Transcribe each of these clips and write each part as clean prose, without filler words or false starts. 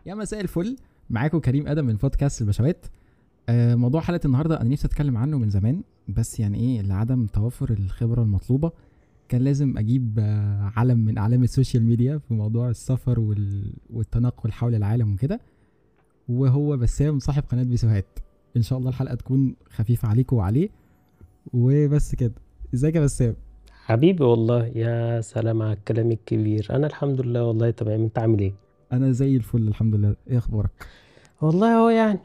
يا مساء الفل. معاكم كريم ادم من بودكاست البشوات. موضوع حلقه النهارده انا نفسي اتكلم عنه من زمان، بس يعني ايه لعدم توافر الخبره المطلوبه كان لازم اجيب علم من اعلام السوشيال ميديا في موضوع السفر والتنقل حول العالم وكده، وهو بسام صاحب قناه بيسوهات. ان شاء الله الحلقه تكون خفيفه عليكم وعليه وبس كده. ازيك يا بسام؟ حبيبي والله، يا سلام على الكلام الكبير. انا الحمد لله والله تمام. انت عامل ايه؟ انا زي الفل الحمد لله. ايه اخبارك؟ والله هو يعني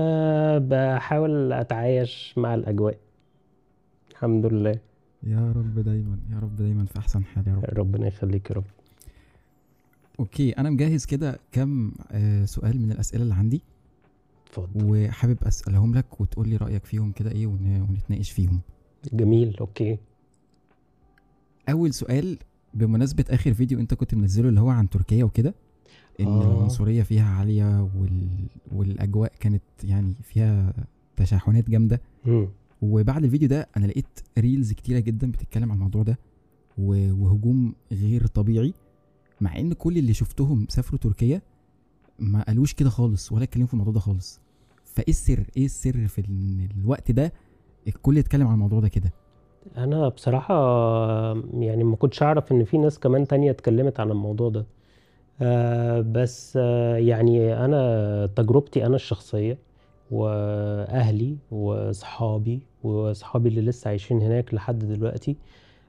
بحاول اتعايش مع الاجواء. الحمد لله. يا رب دايما يا رب دايما في احسن حال يا رب. ربنا يخليك يا رب. اوكي، انا مجهز كده كم سؤال من الاسئله اللي عندي، اتفضل. وحابب اسالهم لك وتقول لي رايك فيهم كده ايه ونتناقش فيهم. جميل، اوكي. اول سؤال، بمناسبه اخر فيديو انت كنت منزله اللي هو عن تركيا وكده، ان اه. العنصريه فيها عاليه والاجواء كانت يعني فيها تشحنات جامده. مم. وبعد الفيديو ده انا لقيت ريلز كتيره جدا بتتكلم عن الموضوع ده وهجوم غير طبيعي، مع ان كل اللي شفتهم سافروا تركيا ما قالوش كده خالص ولا اتكلموا في الموضوع ده خالص. فايه السر، ايه السر في الوقت ده الكل يتكلم عن الموضوع ده كده؟ انا بصراحة يعني ما كنتش اعرف ان في ناس كمان تانية اتكلمت عن الموضوع ده. بس يعني انا تجربتي انا الشخصية واهلي وصحابي اللي لسه عايشين هناك لحد دلوقتي.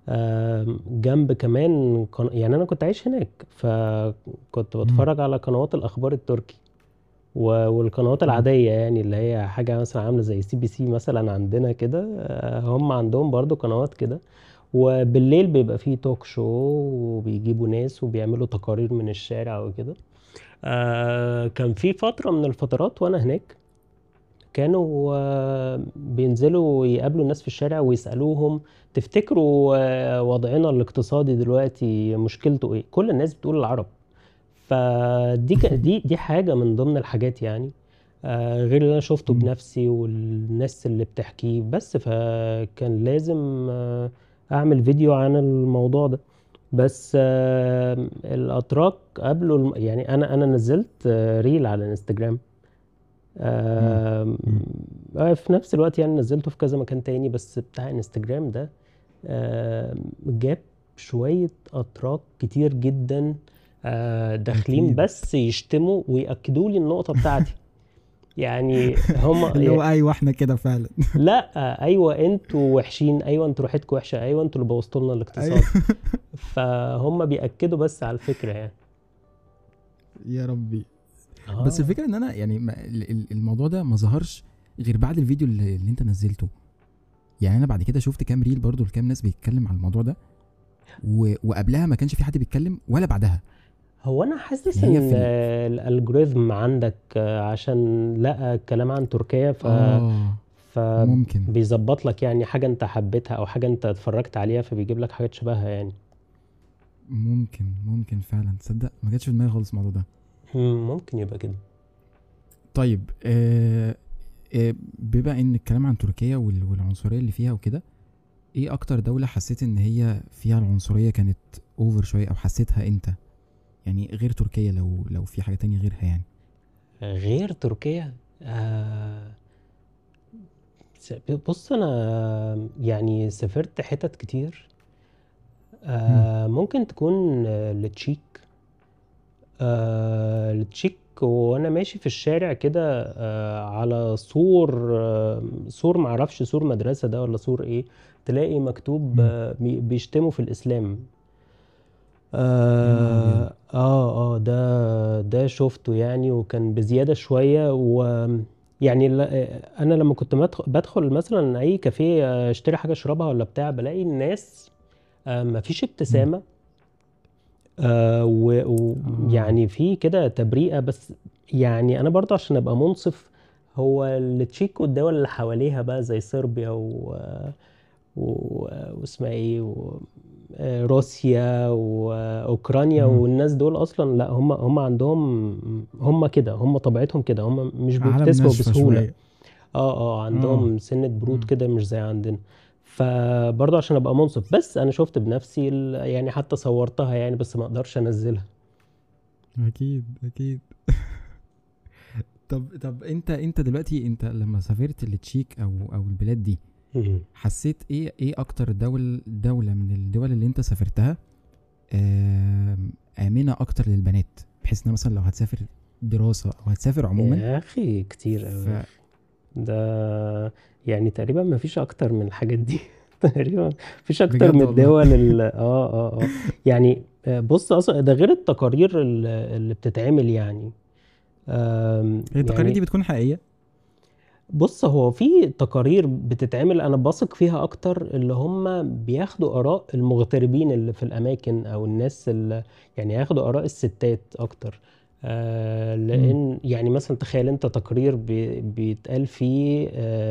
جنب كمان يعني انا كنت عايش هناك، فكنت مم. بتفرج على قنوات الاخبار التركي والقنوات مم. العادية، يعني اللي هي حاجة مثلا عاملة زي سي بي سي مثلا عندنا كده. هم عندهم برضو قنوات كده. وبالليل بيبقى فيه توك شو وبيجيبوا ناس وبيعملوا تقارير من الشارع وكده. كان في فترة من الفترات وانا هناك كانوا بينزلوا يقابلوا الناس في الشارع ويسألوهم: تفتكروا وضعنا الاقتصادي دلوقتي مشكلته ايه؟ كل الناس بتقول العرب. دي حاجة من ضمن الحاجات يعني. غير اللي انا شفته مم. بنفسي والناس اللي بتحكيه، بس فكان لازم اعمل فيديو عن الموضوع ده. بس الاتراك قبله يعني انا نزلت ريل على الانستجرام. مم. آم، مم. في نفس الوقت يعني نزلته في كذا مكان تاني، بس بتاع انستجرام ده جاب شوية أتراك كتير جدا داخلين اكيد. بس يشتموا ويأكدوا لي النقطة بتاعتي. يعني هم اللي هو ايوه احنا كده فعلا. لا، ايوه انتوا وحشين، ايوه انتوا ريحتكم وحشه، ايوه انتوا اللي بوظتوا لنا ايوه. الاقتصاد. فهم بيأكدوا بس على الفكره يعني. يا ربي. بس اه. الفكره ان انا يعني الموضوع ده ما ظهرش غير بعد الفيديو اللي انت نزلته. يعني انا بعد كده شفت كام ريل برضو لكام ناس بيتكلم على الموضوع ده، وقبلها ما كانش في حد بيتكلم ولا بعدها. هو انا حاسس يعني هي ان في الالجوريثم عندك عشان لقى كلام عن تركيا اه ممكن. فبيظبط لك يعني حاجة انت حبيتها او حاجة انت اتفرجت عليها فبيجيب لك حاجات شبهها يعني. ممكن فعلا، تصدق ما جاتش في دماغي خالص الموضوع ده. ممكن يبقى كده. طيب بما ان الكلام عن تركيا والعنصريه اللي فيها وكده، ايه اكتر دولة حسيت ان هي فيها العنصرية كانت اوفر شوية او حسيتها انت؟ يعني غير تركيا، لو في حاجة تانية غيرها يعني. غير تركيا بص انا يعني سافرت حتت كتير. مم. ممكن تكون لتشيك. التشيك وانا ماشي في الشارع كده على سور سور معرفش سور مدرسة ده ولا سور ايه، تلاقي مكتوب مم. بيشتموا في الاسلام. يا نهار ابيض. ده شفته يعني، وكان بزيادة شوية. و يعني انا لما كنت بدخل مثلا اي كافيه اشتري حاجة اشربها ولا بتاع، بلاقي الناس مفيش مم. ابتسامة. اه. ويعني في كده تبريئة بس. يعني انا برضه عشان ابقى منصف، هو التشيك والدول اللي حواليها بقى زي صربيا واسمها ايه روسيا واوكرانيا مم. والناس دول اصلا، لا هم عندهم، هم كده، هم طبيعتهم كده، هم مش عالم بيبتسموا ناشفة بسهولة. شوية. اه. عندهم سنة برود مم. كده مش زي عندنا. فبرضه عشان ابقى منصف، بس انا شفت بنفسي يعني حتى صورتها يعني، بس ما اقدرش انزلها. اكيد اكيد. طب انت دلوقتي انت لما سافرت التشيك او البلاد دي، مم. حسيت ايه اكتر دولة من الدول اللي انت سافرتها آمنة اكتر للبنات، بحيث ان مثلا لو هتسافر دراسة او هتسافر عموما؟ يا اخي كتير قوي ف يا اخي. ده يعني تقريبا ما فيش اكتر من الحاجات دي. تقريبا مفيش اكتر من بجد والله. الدول يعني بص اصلا ده غير التقارير اللي بتتعمل يعني. هي التقارير يعني دي بتكون حقيقية؟ بص هو في تقارير بتتعمل انا بثق فيها اكتر، اللي هم بياخدوا اراء المغتربين اللي في الاماكن او الناس اللي يعني ياخدوا اراء الستات اكتر. امم. لان يعني مثلا تخيل انت تقرير بيتقال فيه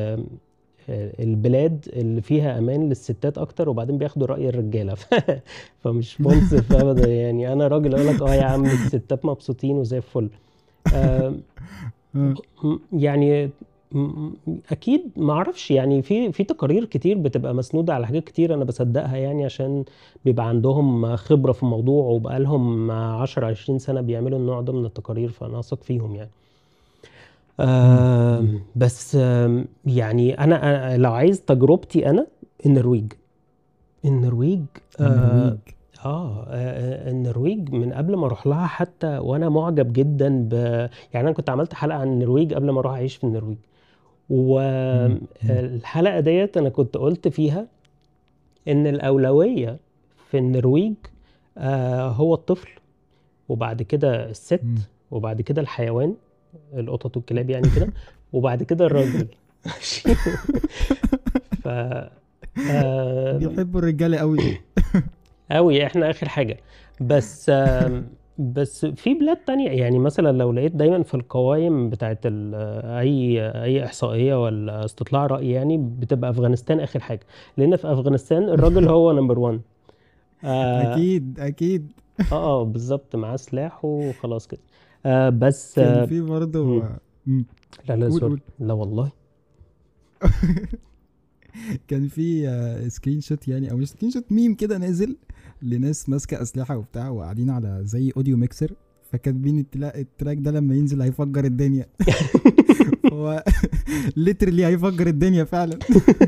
البلاد اللي فيها امان للستات اكتر، وبعدين بياخدوا راي الرجاله. فمش منصف ابدا يعني. انا راجل اقول لك اه يا عم الستات مبسوطين وزي الفل. آم، اه. يعني اكيد ما اعرفش يعني في تقارير كتير بتبقى مسنوده على حاجات كتير انا بصدقها يعني، عشان بيبقى عندهم خبره في الموضوع وبقى لهم 10 20 سنه بيعملوا النوع ده من التقارير، فانا اثق فيهم يعني. امم. امم. بس يعني أنا لو عايز تجربتي انا، النرويج. النرويج النرويج. آه النرويج من قبل ما اروح لها حتى وانا معجب جدا يعني انا كنت عملت حلقه عن النرويج قبل ما اروح اعيش في النرويج. امم. امم. والحلقة ديت أنا كنت قلت فيها إن الأولوية في النرويج هو الطفل، وبعد كده امم. الست، وبعد كده الحيوان، القطط والكلاب يعني كده، وبعد كده الراجل. ماشي. ف آم، بيحبوا الرجالة قوي. أوي إحنا آخر حاجة. بس بس في بلاد تانية يعني، مثلا لو لقيت دايما في القوائم بتاعت أي إحصائية ولا استطلاع رأي يعني، بتبقى أفغانستان آخر حاجة. لأن في أفغانستان الراجل هو نمبر 1. اكيد اكيد. بالظبط، معاه سلاح وخلاص كده. بس كان في برضه. مم. مم. لا لا قول سوري، قول. لا والله. كان في سكرين شوت يعني، او مش سكرين شوت، ميم كده نازل لناس ماسكه اسلحه وبتاع وقاعدين على زي اوديو ميكسر، فكاتبين التراك ده لما ينزل هيفجر الدنيا. هو ليترلي هيفجر الدنيا فعلا.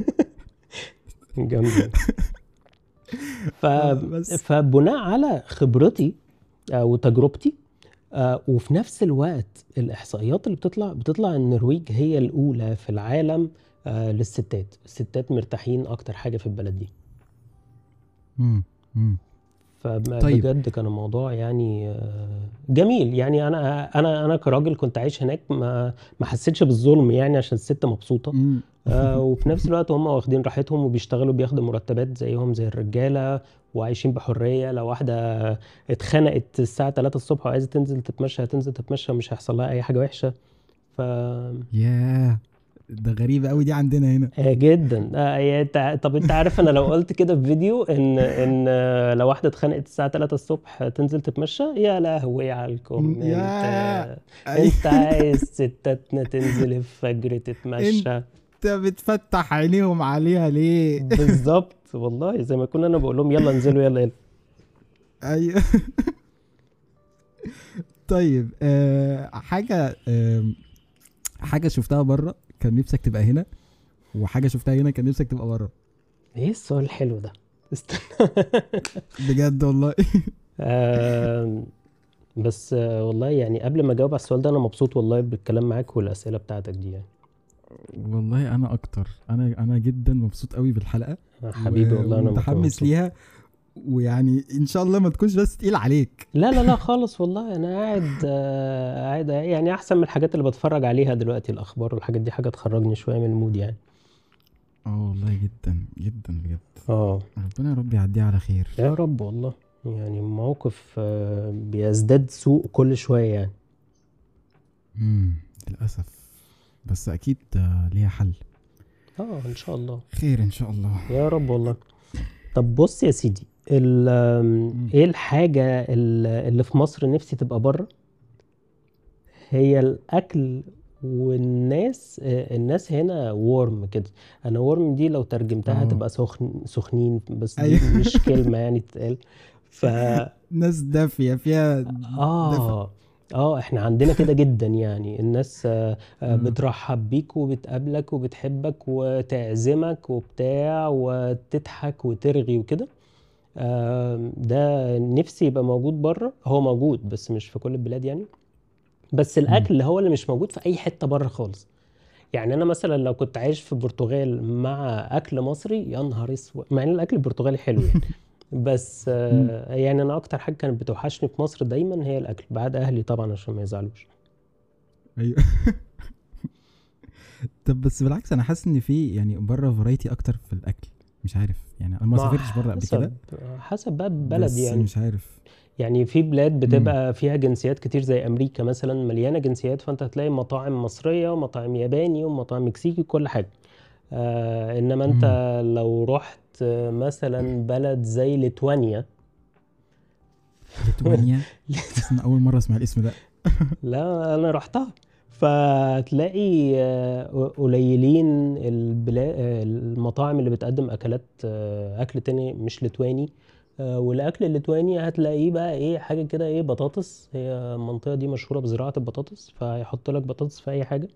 جامدة. ف... فبس. فبناء على خبرتي وتجربتي، وفي نفس الوقت الإحصائيات اللي بتطلع إن النرويج هي الأولى في العالم للستات. الستات مرتاحين أكتر حاجة في البلد دي. مم. مم. طيب. فبجد كان الموضوع يعني جميل يعني. أنا كراجل كنت عايش هناك، ما حسيتش بالظلم يعني عشان الست مبسوطة. مم. وفي نفس الوقت هم واخدين راحتهم وبيشتغلوا بياخدوا مرتبات زيهم زي الرجالة، وعايشين بحرية. لو واحدة اتخنقت الساعة 3 الصبح وعايزة تنزل تتمشى هتنزل تتمشى، مش هيحصل لها أي حاجة وحشة. ف ياه، ده غريبة قوي دي عندنا هنا. جدا. طب انت عارف انا لو قلت كده في فيديو ان لو واحدة اتخنقت الساعة 3 الصبح تنزل تتمشى، يا لهوي على الكومنت. ياه. أي. انت عايز ستاتنا تنزل الفجر انت تتمشى؟ بتفتح عينيهم عليها ليه؟ بالظبط والله، زي ما كنا انا بقول لهم يلا انزلوا يلا يلا. ايوه. طيب حاجة شفتها بره كان نفسك تبقى هنا، وحاجة شفتها هنا كان نفسك تبقى بره. ايه السؤال الحلو ده؟ استنى. بجد والله. آم، بس والله يعني قبل ما اجاوب على السؤال ده، انا مبسوط والله بالكلام معاك والاسئله بتاعتك دي يعني. والله انا اكتر، انا جدا مبسوط قوي بالحلقة حبيبي والله انا كمان ومتحمس مبسوط. ليها. ويعني ان شاء الله ما تكونش بس تقيل عليك. لا لا لا خالص والله. انا قاعد يعني احسن من الحاجات اللي بتفرج عليها دلوقتي، الاخبار والحاجات دي حاجه تخرجني شويه من المود يعني. اه والله جدا جدا بجد. اه ربنا يا رب يعديها على خير. يا رب والله. يعني موقف بيزداد سوء كل شويه يعني. امم. للاسف. بس اكيد ليها حل. ان شاء الله. خير ان شاء الله. يا رب والله. طب بص يا سيدي، مم. ايه الحاجة اللي في مصر نفسي تبقى بره؟ هي الأكل والناس. الناس هنا وورم كده. أنا وورم دي لو ترجمتها اه. هتبقى سخنين، بس دي ايوه. مش كلمة يعني تتقال. ف ناس دافية فيها. دفء. آه احنا عندنا كده جدا، يعني الناس اه. بترحب بيك وبتقابلك وبتحبك وتعزمك وبتاع وتضحك وترغي وكده. ده نفسي يبقى موجود بره، هو موجود بس مش في كل البلاد يعني. بس مم. الاكل هو اللي مش موجود في اي حتة بره خالص. يعني انا مثلا لو كنت عايش في البرتغال مع اكل مصري، يا نهار اسود، مع ان الاكل البرتغالي حلو يعني. بس مم. يعني انا اكتر حاجة كانت بتوحشني في مصر دايما هي الاكل، بعد اهلي طبعا عشان ما يزعلوش. ايوه. طب بس بالعكس انا حاسس ان في يعني بره فرايتي اكتر في الاكل. مش عارف يعني، انا ما ما سافرتش بره قبل كده. حسب بقى البلد بس يعني. مش عارف. يعني في بلاد امم. بتبقى فيها جنسيات كتير زي امريكا مثلا، مليانه جنسيات، فانت هتلاقي مطاعم مصريه ومطاعم ياباني ومطاعم مكسيكي كل حاجه. انما انت امم. لو رحت مثلا بلد زي ليتوانيا. ليتوانيا؟ حاسس ان اول مره اسمع الاسم ده. لا انا رحتها. فتلاقي قليلين المطاعم اللي بتقدم اكلات اكل تاني مش لتواني. والاكل الليتواني هتلاقيه بقى ايه، حاجه كده ايه، بطاطس. هي المنطقه دي مشهوره بزراعه البطاطس، فهيحط لك بطاطس في اي حاجه.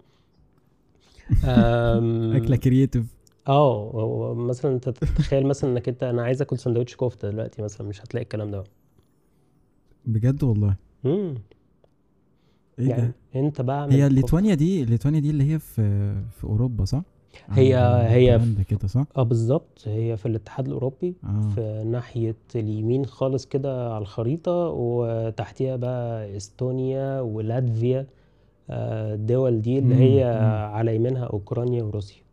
اكله آم، كرييتيف. هو مثلا انت تتخيل مثلا انك انا عايز اكل سندوتش كفته دلوقتي مثلا، مش هتلاقي الكلام ده. بجد والله؟ امم ايه يعني ده؟ انت بعمل هي كفته. ليتوانيا دي اللي هي في اوروبا صح؟ هي عند هي بولندا كده صح؟ بالظبط، هي في الاتحاد الأوروبي، اه. في ناحية اليمين خالص كده على الخريطة، وتحتيها بقى استونيا ولاتفيا. الدول دي اللي هي امم. على يمينها أوكرانيا وروسيا.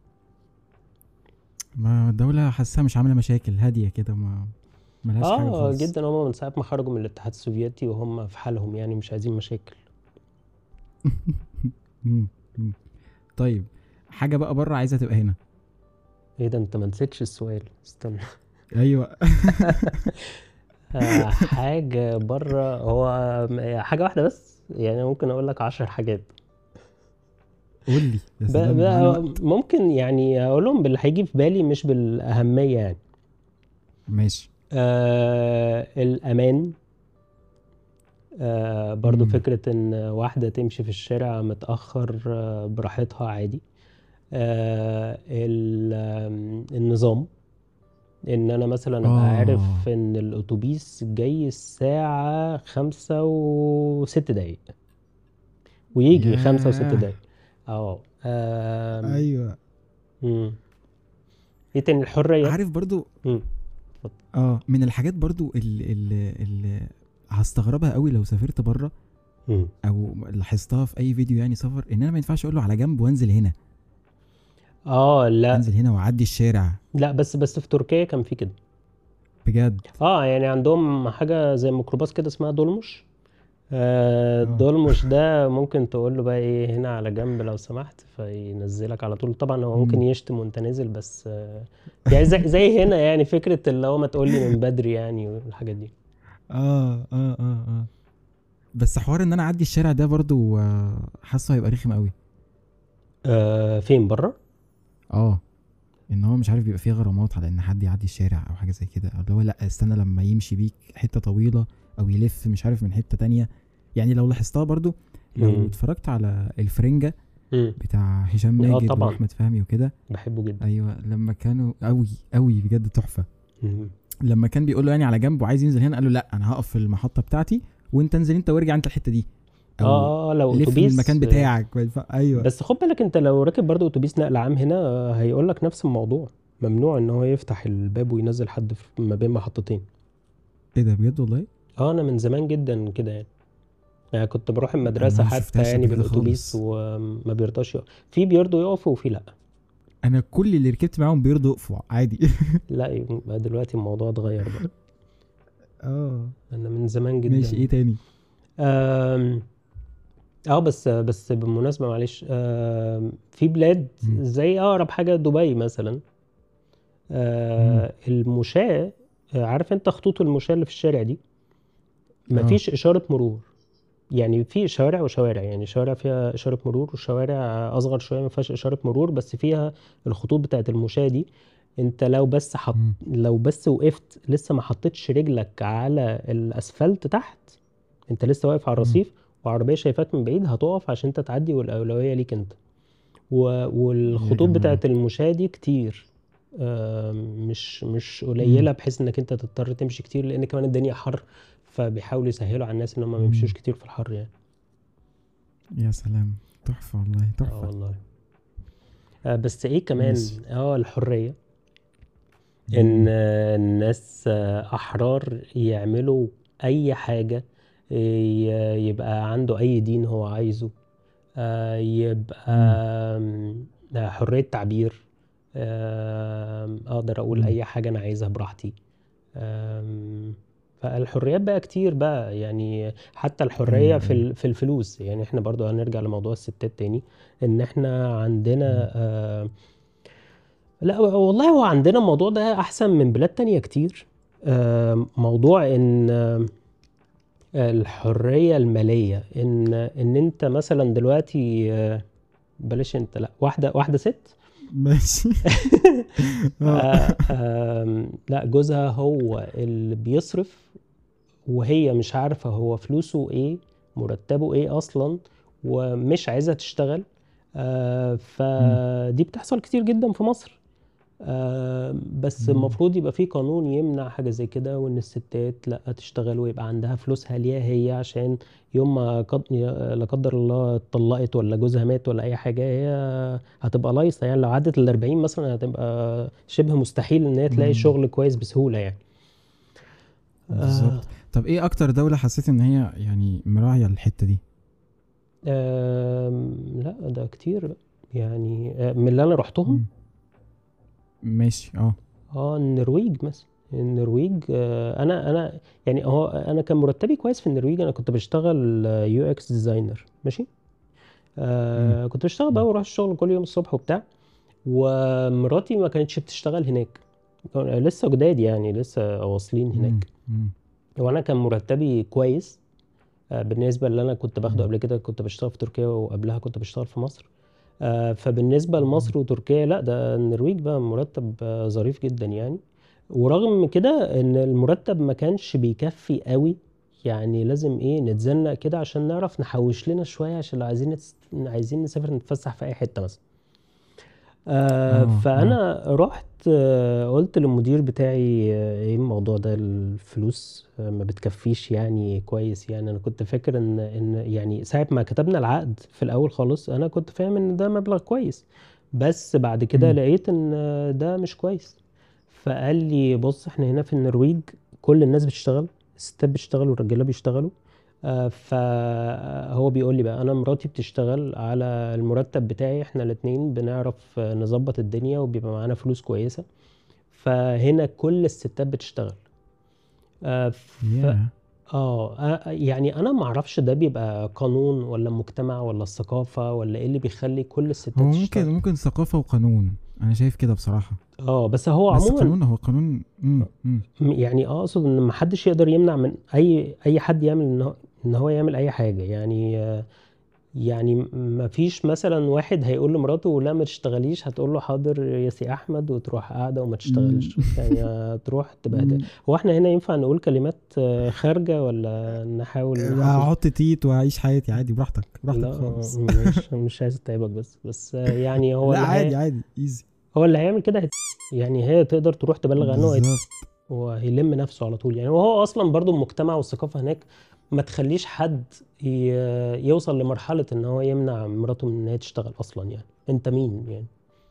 ما دولة حاسها مش عاملة مشاكل، هادية كده، ما ملهاش حاجة اه خالص. جدا، هم من ساعة ما خرجوا من الاتحاد السوفيتي وهم في حالهم، يعني مش عايزين مشاكل. مم. مم. طيب، حاجة بقى بره عايزة تبقى هنا. ايه ده، انت ما نسيتش السؤال، استنى. ايوه. حاجة بره، هو حاجة واحدة بس يعني، ممكن اقول لك 10 حاجات. قول لي يا سلام، معانا وقت. ممكن يعني اقولهم باللي هيجي في بالي مش بالاهميه يعني. ماشي. الامان. برضو امم. فكره ان واحده تمشي في الشارع متاخر براحتها عادي. النظام، ان انا مثلا ابقى اه. عارف ان الاتوبيس جاي الساعه 5 و6 دقايق، ويجي 5 و6 دقايق. ياه. اه آم، ايوه. مم. ايه تاني، الحريه. عارف برضو. مم. اه، من الحاجات برضو اللي هستغربها قوي لو سافرت بره، اتفضل. او لاحظتها في اي فيديو يعني سفر، ان انا ما ينفعش اقول له على جنب وانزل هنا. لا انزل هنا واعدي الشارع. لا، بس في تركيا كان في كده. بجد. يعني عندهم حاجة زي ميكروباص كده اسمها دولمش. اه. الدولمش ده ممكن تقول له بقى ايه، هنا على جنب لو سمحت، فينزلك على طول. طبعا هو ممكن امم. يشتم وانت نازل، بس يعني زي هنا يعني، فكرة اللي هو ما تقول لي من بدري يعني، والحاجات دي. اه. بس حوار ان انا اعدي الشارع ده برضو حاسه هيبقى رخم قوي. فين بره؟ اه. ان هو مش عارف بيبقى فيه غرامات على ان حد يعدي الشارع او حاجه زي كده، او اللي هو لا استنى لما يمشي بيك حته طويله، او يلف مش عارف من حته تانية. يعني لو لاحظتها برضو، لو مم. اتفرجت على الفرنجة مم. بتاع هشام اه ماجد طبعا، واحمد فهمي وكده. بحبه جدا. ايوه، لما كانوا قوي قوي بجد تحفه. مم. لما كان بيقول له يعني على جنب وعايز ينزل هنا، قال له لا انا هقف في المحطه بتاعتي، وانت انزل انت وارجع انت الحته دي، او لو لف من المكان اتوبيس بتاعك ايوه. بس خد بالك، انت لو راكب برضو اتوبيس نقل عام هنا هيقول لك نفس الموضوع. ممنوع ان هو يفتح الباب وينزل حد ما بين محطتين. ايه ده بجد والله؟ انا من زمان جدا كده يعني كنت بروح انا المدرسة ما حتى شفتهاش يعني قبل كده بالاتوبيس، خالص. وما بيرضاش يقف. في بيرضوا يقفوا وفي لا. انا كل اللي ركبت معاهم بيرضوا يقفوا عادي. لا، يبقى دلوقتي الموضوع اتغير بقى. اه. انا من زمان ماشي، جدا. ايه تاني؟ آم، اه بس بالمناسبة معلش، في بلاد مم. زي اقرب حاجة دبي مثلا. مم. المشاة، عارف انت خطوط المشاة اللي في الشارع دي، اه. مفيش إشارة مرور. يعني في شوارع وشوارع، يعني شوارع فيها إشارة مرور، وشوارع أصغر شوية ما فيهاش إشارة مرور بس فيها الخطوط بتاعت المشاة دي. انت مم. لو بس وقفت لسه ما حطيتش رجلك على الأسفلت تحت، انت لسه واقف على مم. الرصيف، وعربيه شايفاك من بعيد هتقف عشان انت تعدي، والاولويه ليك انت. يا والخطوط جماعة. بتاعت المشاة دي كتير، مش مم. قليله بحيث انك انت تضطر تمشي كتير، لان كمان الدنيا حر، فبيحاولوا يسهلوا على الناس ان هم ما يمشوش مم. كتير في الحر يعني. يا سلام، تحفة والله اه تحفة. والله. بس ايه ماشي. كمان، الحريه، ان مم. الناس احرار يعملوا اي حاجه، يبقى عنده اي دين هو عايزه، يبقى مم. حريه تعبير، اقدر اقول مم. اي حاجه انا عايزها براحتي. آم، فالحريات بقى كتير بقى يعني، حتى الحريه ايوه ايوه. في الفلوس يعني. احنا برضو هنرجع لموضوع الستات تاني، ان احنا مم. عندنا لا والله، هو عندنا الموضوع ده احسن من بلاد تانية كتير. موضوع ان الحرية المالية، ان انت مثلا دلوقتي بلاش انت، لا، واحدة ست ماشي. اه. لا، جوزها هو اللي بيصرف، وهي مش عارفة هو فلوسه ايه، مرتبه ايه اصلا، ومش عايزة تشتغل. مم. فدي بتحصل كتير جدا في مصر. بس مم. المفروض يبقى في قانون يمنع حاجة زي كده، وان الستات لا تشتغل ويبقى عندها فلوسها ليها هي، عشان يوم ما لا قدر الله اتطلقت ولا جوزها مات ولا اي حاجة، هي هتبقى لايصة يعني. لو عدت ال40 مثلا هتبقى شبه مستحيل ان هي تلاقي مم. شغل كويس بسهولة يعني. آه بالظبط. طب ايه اكتر دولة حسيت ان هي يعني مراعية الحتة دي؟ لا، ده كتير بقى يعني، من اللي انا رحتهم. مم. ماشي اه. النرويج مثلا. النرويج، انا يعني، هو انا كان مرتبي كويس في النرويج. انا كنت بشتغل يو اكس ديزاينر، ماشي. مم. كنت بشتغل بقى مم. واروح الشغل كل يوم الصبح وبتاع. ومراتي ما كانتش بتشتغل هناك، لسه جداد يعني، لسه واصلين مم. هناك. مم. وانا كان مرتبي كويس بالنسبه اللي انا كنت باخده مم. قبل كده. كنت بشتغل في تركيا، وقبلها كنت بشتغل في مصر. فبالنسبة مم. لمصر وتركيا، لا، ده النرويج بقى مرتب ظريف جدا يعني. ورغم كده ان المرتب ما كانش بيكفي قوي يعني، لازم ايه نتزنق كده عشان نعرف نحوش لنا شوية، عشان لو عايزين نسافر نتفسح في اي حتة مثلا. اه اه. فانا رحت قلت للمدير بتاعي ايه الموضوع ده، الفلوس ما بتكفيش يعني كويس يعني. انا كنت فاكر ان يعني ساعة ما كتبنا العقد في الاول خالص، انا كنت فاهم ان ده مبلغ كويس، بس بعد كده مم. لقيت ان ده مش كويس. فقال لي بص، احنا هنا في النرويج كل الناس بتشتغل، الستات بيشتغلوا والرجاله بيشتغلوا. فهو بيقول لي بقى، انا مراتي بتشتغل على المرتب بتاعي، احنا الاتنين بنعرف نظبط الدنيا وبيبقى معانا فلوس كويسة. فهنا كل الستات بتشتغل. آه، ف ياه. يعني انا ما اعرفش ده بيبقى قانون ولا مجتمع ولا الثقافة ولا ايه اللي بيخلي كل الستات هو تشتغل. ممكن ثقافة وقانون، انا شايف كده بصراحة. بس هو بس عموما قانون، هو قانون. يعني، اقصد ان ما حدش يقدر يمنع من اي حد يعمل ان هو يعمل اي حاجة يعني. يعني ما فيش مثلا واحد هيقول لمراته لا ما تشتغليش، هتقول له حاضر يا سي احمد، وتروح قاعده وما مم. تشتغلش يعني، تروح تبهدل. مم. هو احنا هنا ينفع نقول كلمات خارجه، ولا نحاول نحافظ؟ هحط تيت وهعيش حياتي عادي، براحتك براحتك لا، خالص. مش عايز اتعبك، بس يعني هو لا اللي عادي عادي ايزي. هو اللي هيعمل كده يعني هي تقدر تروح تبلغ عنه، بالظبط. وهيلم نفسه على طول يعني. وهو اصلا برضو المجتمع والثقافه هناك ما تخليش حد يوصل لمرحله ان هو يمنع مراته من ان هي تشتغل اصلا يعني. انت مين يعني؟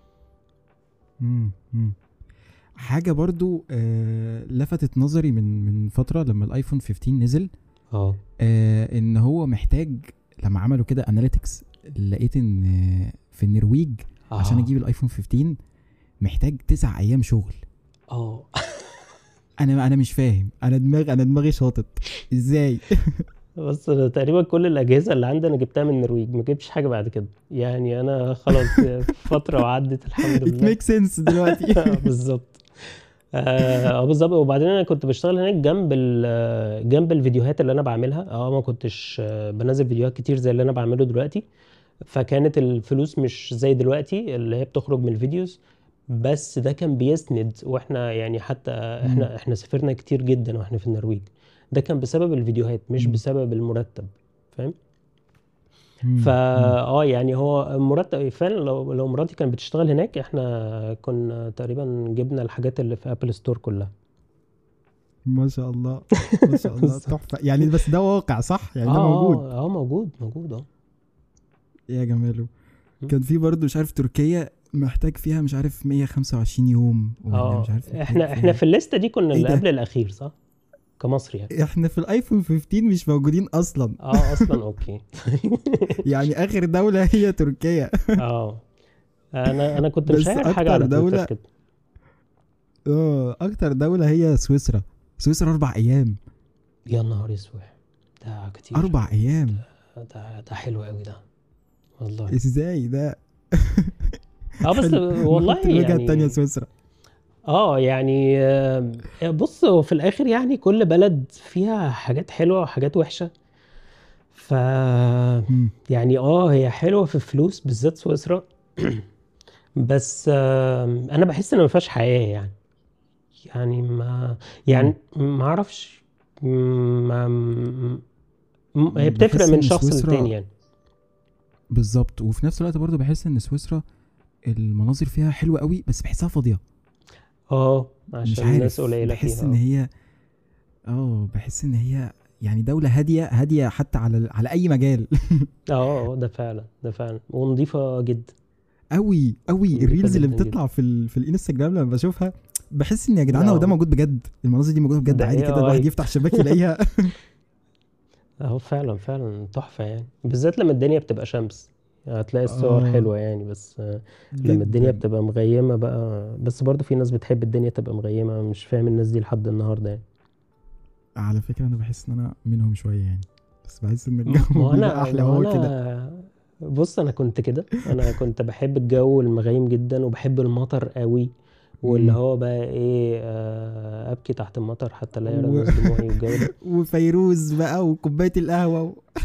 مم. حاجة برضو لفتت نظري من فترة لما الايفون 15 نزل. اه ان هو محتاج، لما عملوا كده اناليتكس، لقيت ان في النرويج عشان اه اجيب الايفون 15 محتاج 9 ايام شغل. اه انا مش فاهم، انا دماغي شاطت ازاي. بس تقريبا كل الاجهزه اللي عندي انا جبتها من النرويج، ما جبتش حاجه بعد كده يعني. انا خلاص فتره وعدت الحمد it لله. makes sense دلوقتي. بالظبط. بالظبط. وبعدين انا كنت بشتغل هناك جنب الفيديوهات اللي انا بعملها. ما كنتش بنزل فيديوهات كتير زي اللي انا بعمله دلوقتي. فكانت الفلوس مش زي دلوقتي اللي هي بتخرج من الفيديوز. بس ده كان بيسند، واحنا يعني حتى مم. احنا سافرنا كتير جدا واحنا في النرويج. ده كان بسبب الفيديوهات مش مم. بسبب المرتب، فاهم؟ يعني هو مرتب فعلا. لو مراتي كانت بتشتغل هناك احنا كنا تقريبا جبنا الحاجات اللي في ابل ستور كلها. ما شاء الله، ما شاء الله، تحفه يعني. بس ده واقع صح يعني، ده موجود. موجود. يا جماله. كان في برضه مش عارف تركيا محتاج فيها مش عارف 125 يوم ولا مش عارف محتاج احنا فيها. في الليسته دي كنا ايه اللي ده؟ قبل الاخير صح، كمصر يعني. احنا في الايفون 15 مش موجودين اصلا. اصلا اوكي. يعني اخر دولة هي تركيا. اه انا كنت بس مشاهر حاجه اكتر على تويتر دولة، كده. اكتر دولة هي سويسرا. سويسرا 4 ايام. يا نهار اسود، ده كتير. 4 ايام. ده حلو قوي ده والله. ازاي ده؟ بس حلو. والله نحط الوجهة التانية يعني. سويسرا. يعني بص، هو في الاخر يعني كل بلد فيها حاجات حلوه وحاجات وحشه. ف مم. يعني هي حلوه في الفلوس بالذات سويسرا. بس انا بحس ان ما فيهاش حياه يعني. يعني ما مم. يعني ما اعرفش. ما هي بتفرق بحس من ان شخص سويسرا للتاني يعني. بالظبط، وفي نفس الوقت برضو بحس ان سويسرا المناظر فيها حلوة قوي، بس بحسها فاضية. عشان مش الناس عارف، قليله بحس فيها. ان هي بحس ان هي يعني دولة هادية هادية حتى على اي مجال. ده فعلا ونضيفه جدا. قوي قوي. نضيفه الريلز اللي جدا جدا. بتطلع في الانستجرام لما بشوفها بحس ان يا جدعان هو ده اه موجود بجد. المناظر دي موجوده بجد ده عادي اي كده، الواحد اي يفتح الشباك يلاقيها. فعلا تحفه يعني، بالذات لما الدنيا بتبقى شمس. هتلاقي الصور اه حلوه يعني. بس لما الدنيا جدا. بتبقى مغيمه بقى. بس برضو في ناس بتحب الدنيا تبقى مغيمه، مش فاهم الناس دي لحد النهارده يعني. على فكره انا بحس ان انا منهم شويه يعني، بس بحس ان ما الجو هو بيبقى انا احلى ما هو وهو كده. انا بص، انا كنت كده. انا كنت بحب الجو المغيم جدا وبحب المطر قوي. واللي امم هو بقى ايه، ابكي تحت المطر حتى لا يرى و... الناس دموعي والجو ده. وفيروز بقى وكوبايه القهوه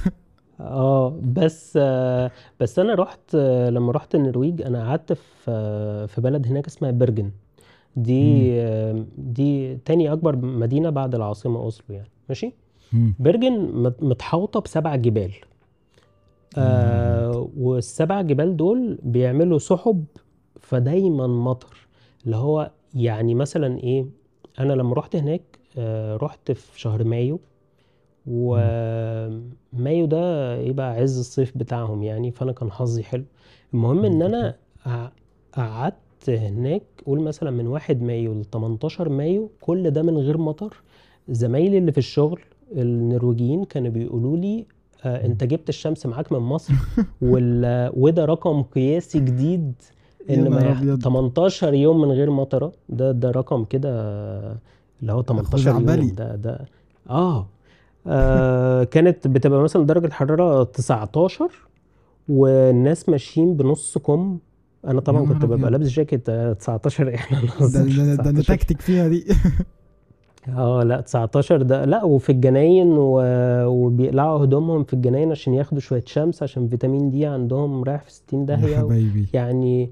بس انا رحت، لما رحت النرويج انا قعدت في بلد هناك اسمها بيرجن. دي امم دي تاني اكبر مدينة بعد العاصمة اوسلو يعني، ماشي. امم بيرجن متحوطة بسبع جبال. يا نهار ابيض. والسبع جبال دول بيعملوا سحب، فدايما مطر. اللي هو يعني مثلا ايه، انا لما رحت هناك رحت في شهر مايو. امم ومايو ده يبقى عز الصيف بتاعهم يعني، فانا كان حظي حلو. المهم ان حظك حلو. انا قعدت هناك، قول مثلا من 1 مايو ل 18 مايو، كل ده من غير مطر. زمايلي اللي في الشغل النرويجيين كانوا بيقولوا لي مم. انت جبت الشمس معاك من مصر. وده رقم قياسي جديد. يا ان نهار ابيض. 18 يوم من غير مطره، ده رقم كده. اللي هو 18 خزعبلي. يوم ده. اه كانت بتبقى مثلا درجة الحرارة 19، والناس ماشيين بنص كم. انا يا طبعا نهار كنت ببقى ابيض. لابس جاكيت 19. احنا ده نهزر ده ده انا 19. تكتك فيها دي. لا 19 ده لا. وفي الجناين وبيقلعوا هدومهم في الجناين عشان ياخدوا شوية شمس، عشان فيتامين دي عندهم رايح في 60 يا داهية حبايبي. يعني.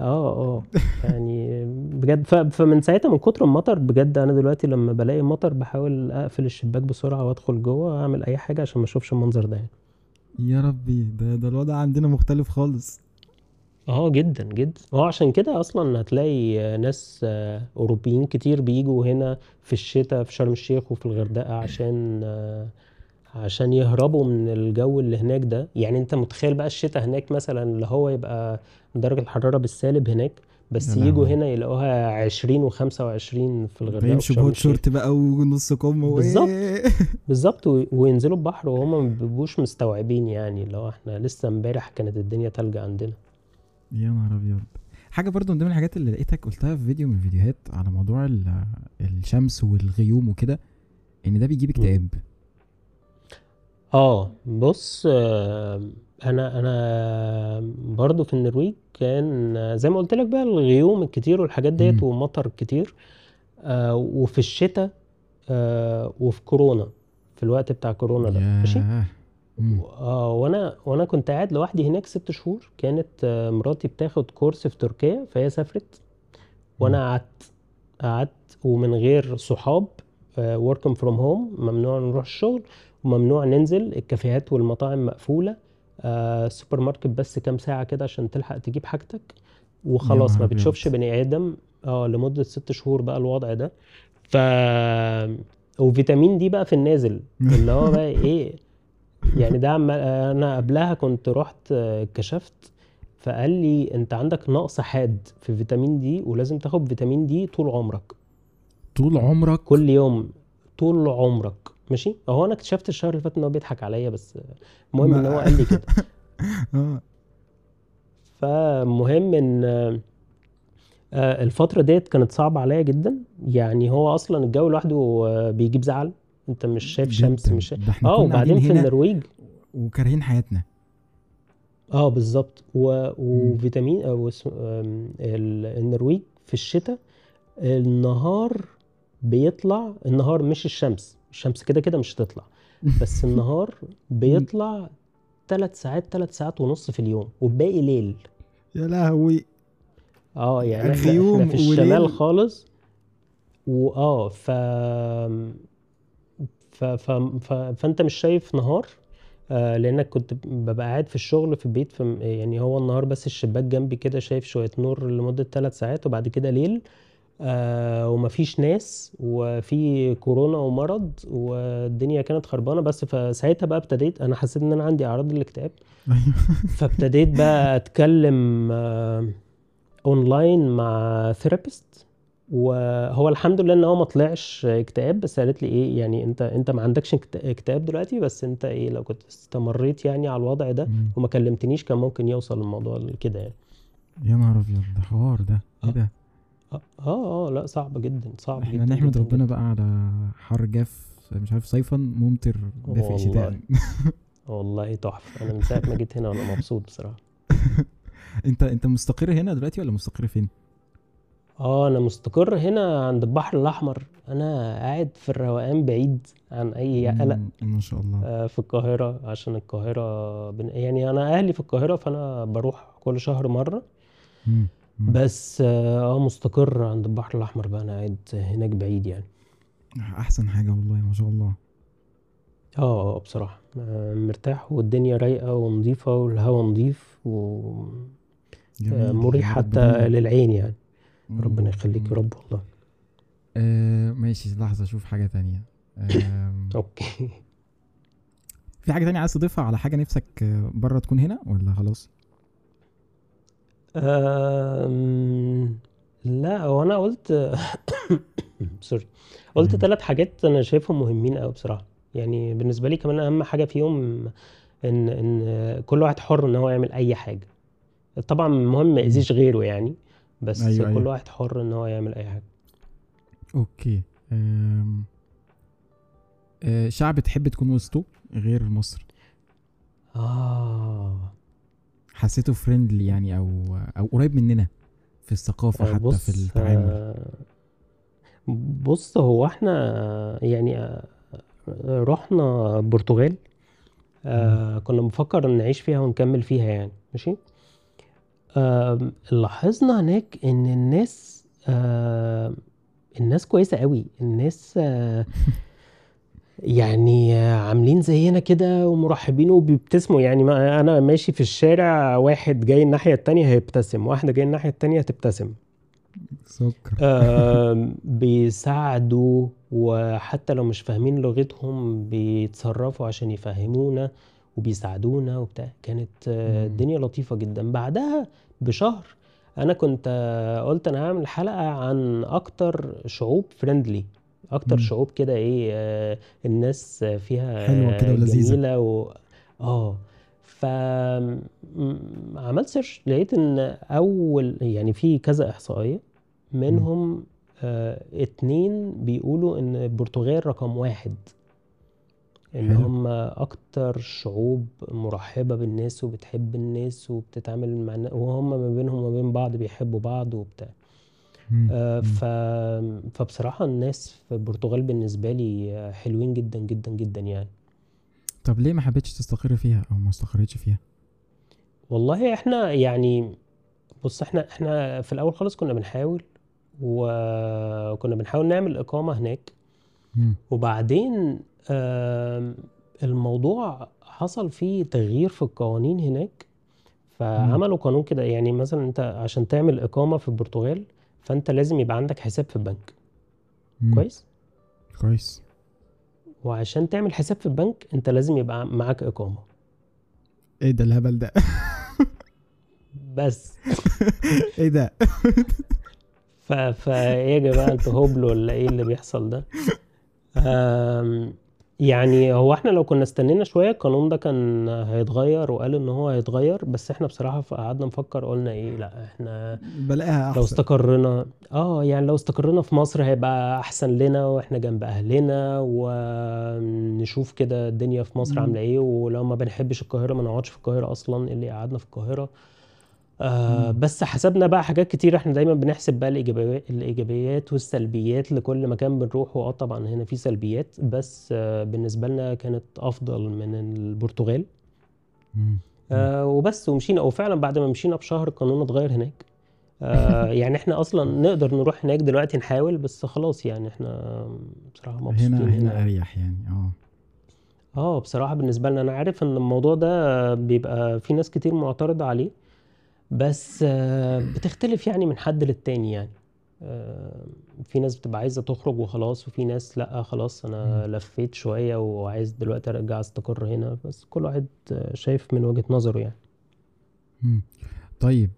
يعني بجد. فمن ساعتها من كتر المطر بجد، انا دلوقتي لما بلاقي مطر بحاول اقفل الشباك بسرعة وادخل جوه اعمل اي حاجة عشان ما اشوفش المنظر ده يعني. يا ربي، ده الوضع عندنا مختلف خالص. جدا جدا. عشان كده اصلا هتلاقي ناس اوروبيين كتير بيجوا هنا في الشتاء في شرم الشيخ وفي الغردقة عشان يهربوا من الجو اللي هناك ده يعني. انت متخيل بقى الشتاء هناك مثلا اللي هو يبقى درجة الحرارة بالسالب هناك، يا بس يجوا لهوي. هنا يلاقوها 20 و25 في الغردقة وفي فيمشوا شرم بهوت الشيخ. شورت بقى ونص كم بالظبط بالظبط. وينزلوا البحر وهم ما بيبقوش مستوعبين يعني. لو احنا لسه امبارح كانت الدنيا تلج عندنا. يا نهار ابيض. حاجه برضو من ضمن الحاجات اللي لقيتك قلتها في فيديو من الفيديوهات على موضوع الشمس والغيوم وكده، ان ده بيجيب مم. اكتئاب. بص، انا برضو في النرويج كان زي ما قلت لك بقى الغيوم الكتير والحاجات ديت امم ومطر الكتير. وفي الشتاء، وفي كورونا، في الوقت بتاع كورونا ده ماشي. ياه. امم وانا كنت قاعد لوحدي هناك 6 شهور. كانت مراتي بتاخد كورس في تركيا فهي سافرت. امم وانا قعدت ومن غير صحاب. working from home، ممنوع نروح الشغل وممنوع ننزل الكافيهات والمطاعم مقفولة. سوبر ماركت بس كام ساعة كده عشان تلحق تجيب حاجتك يا وخلاص، نهار ما ابيض. بتشوفش بني آدم لمدة 6 شهور بقى الوضع ده. ف وفيتامين دي بقى في النازل، اللي هو بقى ايه يعني. ده انا قبلها كنت رحت كشفت، فقال لي انت عندك نقص حاد في فيتامين دي، ولازم تاخد فيتامين دي طول عمرك، طول عمرك؟ كل يوم، طول عمرك. ماشي. هو انا اكتشفت الشهر اللي فات ان هو بيضحك عليا، بس المهم ان هو ما قال لي كده. اه. فمهم ان الفترة ديت كانت صعبة عليا جدا. يعني هو اصلا الجو لوحده بيجيب زعل، انت مش شايف شمس، جدا، مش ده احنا كنا قاعدين وبعدين في هنا النرويج. وكارهين حياتنا. بالظبط. مم. وفيتامين النرويج في الشتاء النهار بيطلع، النهار مش الشمس كده كده مش هتطلع، بس النهار بيطلع 3 ساعات، 3 ساعات ونص في اليوم، والباقي ليل. يا لهوي. يعني احنا غيوم في الشمال وليل. خالص. واه ف... فانت مش شايف نهار، لانك كنت ببقى قاعد في الشغل في البيت، يعني هو النهار بس الشباك جنبي كده شايف شوية نور لمدة 3 ساعات، وبعد كده ليل. ومفيش ناس، وفي كورونا ومرض، والدنيا كانت خربانة. بس فساعتها بقى ابتديت انا حسيت ان انا عندي اعراض الاكتئاب، ايوه. فابتديت بقى اتكلم اونلاين مع ثيرابيست. وهو الحمد لله ان هو ما طلعش اكتئاب، بس قالت لي ايه يعني، انت ما عندكش اكتئاب دلوقتي، بس انت ايه لو كنت استمريت يعني على الوضع ده مم. وما كلمتنيش كان ممكن يوصل الموضوع كده يعني. يا نهار ابيض، ده حوار ده ايه اه ده. لا صعب جدا، صعب احنا جدا نحمد جدا ربنا جدا. بقى على حر جاف، مش عارف صيفا ممطر دافئ والله شتاء. والله تحفة. انا من ساعة ما جيت هنا وانا مبسوط بصراحة. انت مستقر هنا دلوقتي ولا مستقر فين؟ انا مستقر هنا عند البحر الاحمر، انا قاعد في الروقان بعيد عن اي قلق. ما شاء الله. في القاهرة، عشان القاهرة يعني أنا أهلي في القاهرة، فأنا بروح كل شهر مرة. مم. مم. بس مستقر عند البحر الأحمر بقى، أنا قاعد هناك بعيد يعني. احسن حاجه والله، ما شاء الله. بصراحة مرتاح، والدنيا رايقة ونظيفة، والهواء نظيف ومريح جميل، يا رب حتى دايما. للعين يعني. مم. ربنا يخليك يا مم. رب والله. ماشي، لحظه اشوف حاجه تانية. آه أوكي. في حاجه تانية عايز تضيفها على حاجه نفسك بره تكون هنا ولا خلاص؟ أم... لا، وأنا قلت سوري، قلت مم. 3 حاجات انا شايفهم مهمين قوي بصراحه. يعني بالنسبه لي كمان اهم حاجه فيهم ان كل واحد حر ان هو يعمل اي حاجه. طبعا مهم ما مم. يأذيش غيره يعني، بس ايوه كل ايوه. واحد حر ان هو يعمل اي حاجه. اوكي. آم، شعب تحب تكون وسطه غير مصر؟ اه حسيته فريندلي يعني، او قريب مننا في الثقافه حتى في بص التعامل. هو احنا يعني رحنا البرتغال. مم. كنا بنفكر ان نعيش فيها ونكمل فيها يعني. ماشي. لاحظنا هناك ان الناس كويسة قوي. الناس يعني عاملين زينا كده ومرحبين وبيبتسموا. يعني ما انا ماشي في الشارع، واحد جاي الناحية التانية هيبتسم، واحدة جاي الناحية التانية هتبتسم. سكر. بيساعدوا، وحتى لو مش فاهمين لغتهم بيتصرفوا عشان يفهمونا وبيساعدونا وبتاع. كانت مم. الدنيا لطيفة جدا. بعدها بشهر انا كنت قلت انا هعمل حلقة عن اكتر شعوب فريندلي، اكتر مم. شعوب كده ايه الناس فيها حلوه كده ولذيذه. جميلة اه فعملت سيرش، لقيت ان اول يعني في كذا احصائية مم. منهم 2 بيقولوا ان البرتغال رقم 1، ان حلو. هم اكتر شعوب مرحبة بالناس وبتحب الناس وبتتعامل مع الناس، وهم ما بينهم وما بين بعض بيحبوا بعض وبتاع. مم. آه، مم. ف فبصراحة الناس في البرتغال بالنسبة لي حلوين جدا جدا جدا يعني. طب ليه ما حبيتش تستقر فيها او ما استقريتش فيها؟ والله احنا يعني، بص احنا في الاول خالص كنا بنحاول، وكنا بنحاول نعمل اقامة هناك. مم. وبعدين الموضوع حصل فيه تغيير في القوانين هناك، امم. فعملوا قانون كده. يعني مثلا انت عشان تعمل اقامة في البرتغال فانت لازم يبقى عندك حساب في البنك. امم. كويس. كويس. وعشان تعمل حساب في البنك انت لازم يبقى معاك اقامة. ايه ده الهبل ده؟ بس ايه ده؟ فايه يا جماعة، انتوا هبل ولا ايه اللي بيحصل ده؟ آم، يعني هو احنا لو كنا استنينا شوية القانون ده كان هيتغير، وقال ان هو هيتغير، بس احنا بصراحة قعدنا نفكر قلنا ايه، لا احنا بلاقيها لو احسن. استقرنا يعني لو استقرنا في مصر هيبقى احسن لنا، واحنا جنب اهلنا، ونشوف كده الدنيا في مصر امم. عاملة ايه. ولو ما بنحبش القاهرة ما نقعدش في القاهرة اصلا، إيه اللي قعدنا في القاهرة. امم. بس حسبنا بقى حاجات كتير. احنا دايما بنحسب بقى الايجابيات والسلبيات لكل مكان بنروحه. طبعا هنا في سلبيات، بس بالنسبة لنا كانت افضل من البرتغال. امم. امم. وبس ومشينا، وفعلا بعد ما مشينا بشهر القانون اتغير هناك. يعني احنا اصلا نقدر نروح هناك دلوقتي نحاول، بس خلاص يعني احنا بصراحة هنا مبسوطين هنا هنا يعني. اريح يعني، اه. بصراحة بالنسبة لنا انا عارف ان الموضوع ده بيبقى في ناس كتير معترضة عليه، بس بتختلف يعني من حد للتاني يعني. آه، في ناس بتبقى عايزة تخرج وخلاص، وفي ناس لأ خلاص امم. أنا لفيت شوية وعايز دلوقتي أرجع أستقر هنا. بس كل واحد شايف من وجهة نظره يعني. امم. طيب،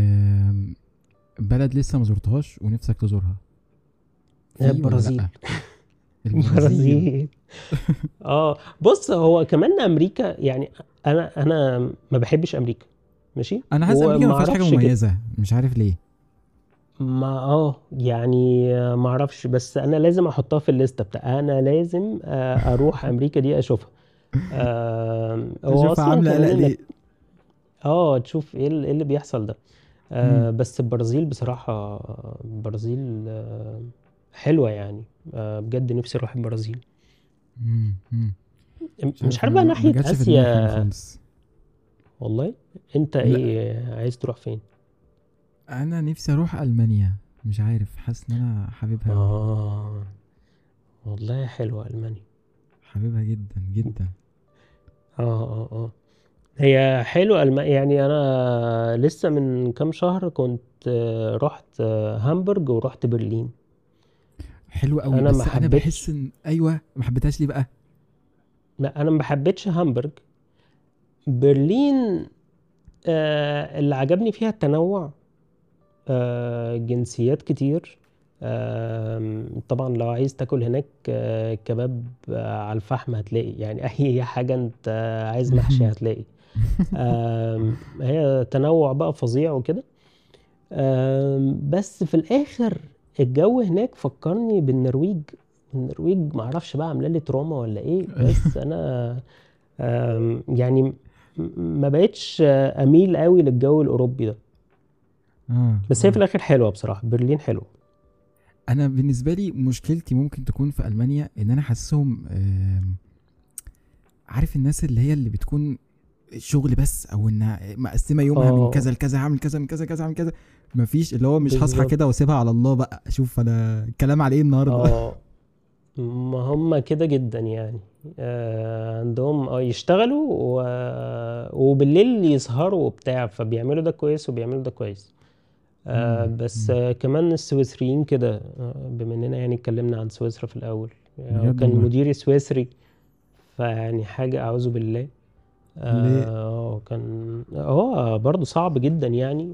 بلد لسه ما زرتهاش ونفسك تزورها، في ولا البرازيل. لا؟ البرازيل. البرازيل. بص هو كمان أمريكا يعني. أنا ما بحبش أمريكا. ماشي انا حاسس امريكا ما وما فيهاش حاجه أعرفش كده. مميزه، مش عارف ليه. ما يعني ما اعرفش، بس انا لازم احطها في الليسته بتاع انا لازم اروح امريكا دي اشوفها. هو اشوفها اصلا عامله قلق كمان انك ليه. تشوف ايه إيه اللي بيحصل ده. امم. بس البرازيل بصراحه، البرازيل حلوه يعني. بجد نفسي اروح البرازيل. امم. مش مش عارف، عارف انا بقى ما ناحيه جاتش في دماغي حاجه اسيا. خالص. والله انت لا، ايه عايز تروح فين؟ انا نفسي اروح المانيا. مش عارف، حاسس ان انا حاببها قوي. اه والله حلوه المانيا. حاببها جدا جدا. اه هي حلوة يعني أنا لسه من كام شهر كنت رحت هامبورج ورحت برلين. حلوة قوي، أنا ما بس انا بحس حبيتش. ان ايوه ما حبيتهاش ليه بقى. لا أنا ما حبيتش هامبورج. برلين اللي عجبني فيها التنوع. جنسيات كتير. طبعا لو عايز تاكل هناك كباب على الفحم هتلاقي يعني. أي حاجة أنت عايز محشي هتلاقي. هي تنوع بقى فظيع وكده. بس في الاخر الجو هناك فكرني بالنرويج. النرويج معرفش بقى عامله لي تروما ولا ايه، بس انا يعني ما بقتش اميل قوي للجو الاوروبي ده. اه، بس هي في اه. الاخر حلوه بصراحه، برلين حلو. انا بالنسبه لي مشكلتي ممكن تكون في المانيا، ان انا حاسسهم عارف الناس اللي هي اللي بتكون شغل بس، او انها مقسمه يومها من اه كذا لكذا، هعمل كذا من كذا كذا، هعمل كذا. مفيش اللي هو مش هصحى كده بالظبط. واسيبها على الله بقى اشوف انا الكلام على ايه النهارده. اه ما هم كده جدا يعني. عندهم يشتغلوا وبالليل يسهروا وبتاع، فبيعملوا ده كويس وبيعملوا ده كويس. بس مم. كمان السويسريين كده. بما اننا يعني اتكلمنا عن سويسرا في الاول، بجد وكان والله. مديري سويسري. فيعني حاجة اعوذ بالله. ليه؟ كان هو برضو صعب جدا يعني.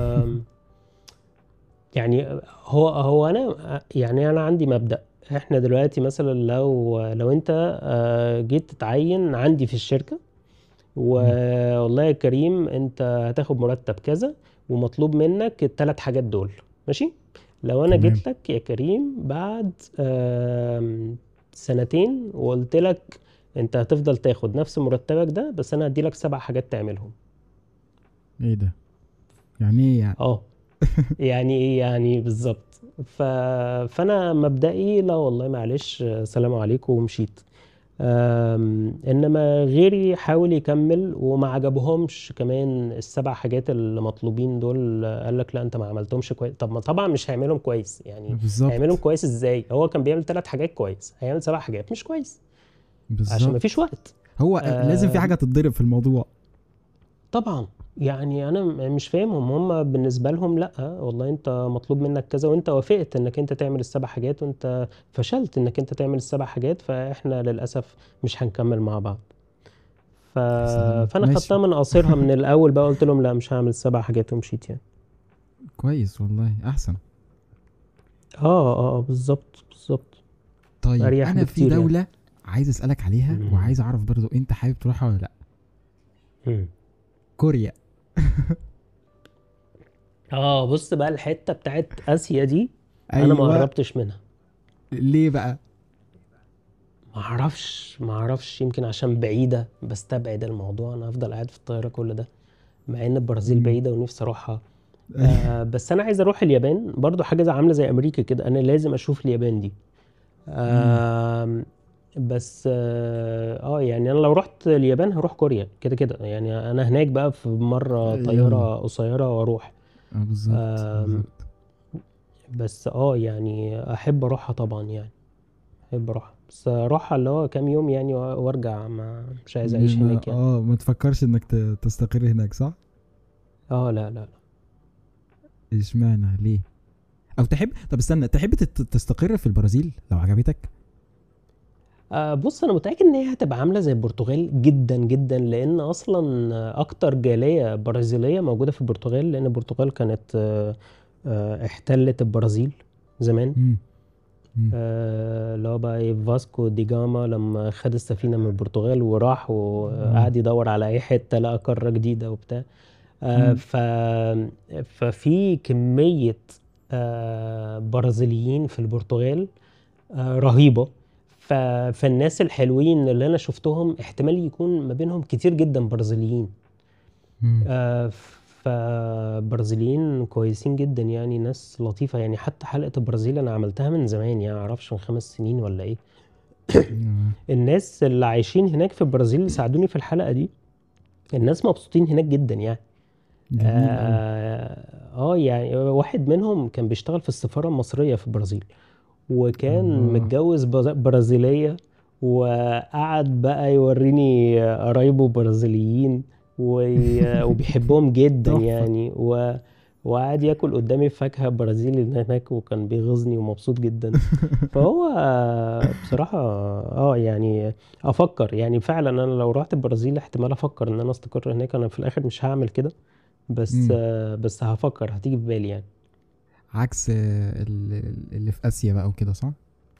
يعني هو انا يعني انا عندي مبدأ. احنا دلوقتي مثلا لو انت جيت تتعين عندي في الشركة، مم. والله يا كريم انت هتاخد مرتب كذا ومطلوب منك الثلاث حاجات دول. ماشي. لو انا تمام. جيت لك يا كريم بعد سنتين وقلت لك انت هتفضل تاخد نفس مرتبك ده، بس انا هدي لك 7 حاجات تعملهم. ايه ده؟ يعني ايه يعني؟ اه يعني ايه يعني بالظبط. فانا مبدئي لا والله معلش سلام عليكم ومشيت. انما غيري حاول يكمل وما عجبهمش كمان ال7 حاجات اللي مطلوبين دول. قال لك لا انت ما عملتهمش كويس. طب ما طبعا مش هيعملهم كويس يعني. هيعملهم بالظبط. كويس ازاي؟ هو كان بيعمل 3 حاجات كويس، هيعمل 7 حاجات مش كويس عشان ما بالظبط. فيش وقت. هو لازم في آه حاجه تتضرب في الموضوع. طبعا. يعني انا مش فاهمهم، هم بالنسبه لهم لا والله انت مطلوب منك كذا وانت وافقت انك انت تعمل السبع حاجات وانت فشلت انك انت تعمل السبع حاجات، فاحنا للاسف مش هنكمل مع بعض. ف... يا سلام، فانا ماشي. خدتها من قصيرها من الاول بقى، قلت لهم لا مش هعمل السبع حاجات ومشيت يعني. كويس والله، احسن. بالظبط بالظبط. طيب اريح انا في بكتير يعني. دوله عايز اسالك عليها، مم. وعايز اعرف برضو انت حابب تروحها ولا لا. مم. كوريا. بص بقى الحته بتاعت اسيا دي انا ما ايوه. قربتش منها. ليه بقى؟ ما اعرفش يمكن عشان بعيده، بستبعد الموضوع، انا افضل قاعد في الطياره كل ده، مع ان البرازيل مم. بعيده ونفسي اروحها. بس انا عايز اروح اليابان برضو، حاجه زي عامله زي امريكا كده، انا لازم اشوف اليابان دي. مم. آه بس يعني انا لو رحت اليابان هروح كوريا كده كده يعني، انا هناك بقى في مره يلا. طياره قصيره واروح. بالظبط آم، بالظبط. بس يعني احب اروحها طبعا يعني، احب اروحها بس اروحها اللي هو كام يوم يعني وارجع، ما مش عايز اعيش هناك يعني. ما تفكرش انك تستقر هناك، صح؟ لا لا. اشمعنى ليه؟ او تحب، طب استنى، تحب تستقر في البرازيل لو عجبتك؟ بص انا متاكد ان هي هتبقى عامله زي البرتغال جدا جدا، لان اصلا اكتر جاليه برازيليه موجوده في البرتغال، لان البرتغال كانت احتلت البرازيل زمان. مم. مم. اللي هو بقى إيه، فاسكو دي جاما لما خد السفينه من البرتغال وراح اه. وقعد يدور على اي حته لقى قاره جديده وبتاع. آه، مم. ف ففي كميه برازيليين في البرتغال رهيبة. فالناس الحلوين اللي انا شفتهم احتمال يكون ما بينهم كتير جدا برازيليين. مم. آه، فبرازيليين كويسين جدا يعني، ناس لطيفة يعني. حتى حلقة البرازيل انا عملتها من زمان يعني، معرفش من 5 سنين ولا ايه. آه. الناس اللي عايشين هناك في البرازيل اللي ساعدوني في الحلقة دي، الناس مبسوطين هناك جدا يعني. جميل قوي. يعني واحد منهم كان بيشتغل في السفارة المصرية في البرازيل، وكان الله. متجوز برازيلية، وقعد بقى يوريني قرايبه برازيليين وبيحبهم جدا تحفة. يعني، وقعد ياكل قدامي فاكهة برازيلي هناك وكان بيغيظني ومبسوط جدا. فهو بصراحة يعني افكر يعني فعلا، انا لو رحت البرازيل احتمال افكر ان انا استقر هناك. انا في الاخر مش هعمل كده، بس مم. بس هفكر، هتيجي في بالي يعني. عكس اللي في اسيا بقى وكده، صح؟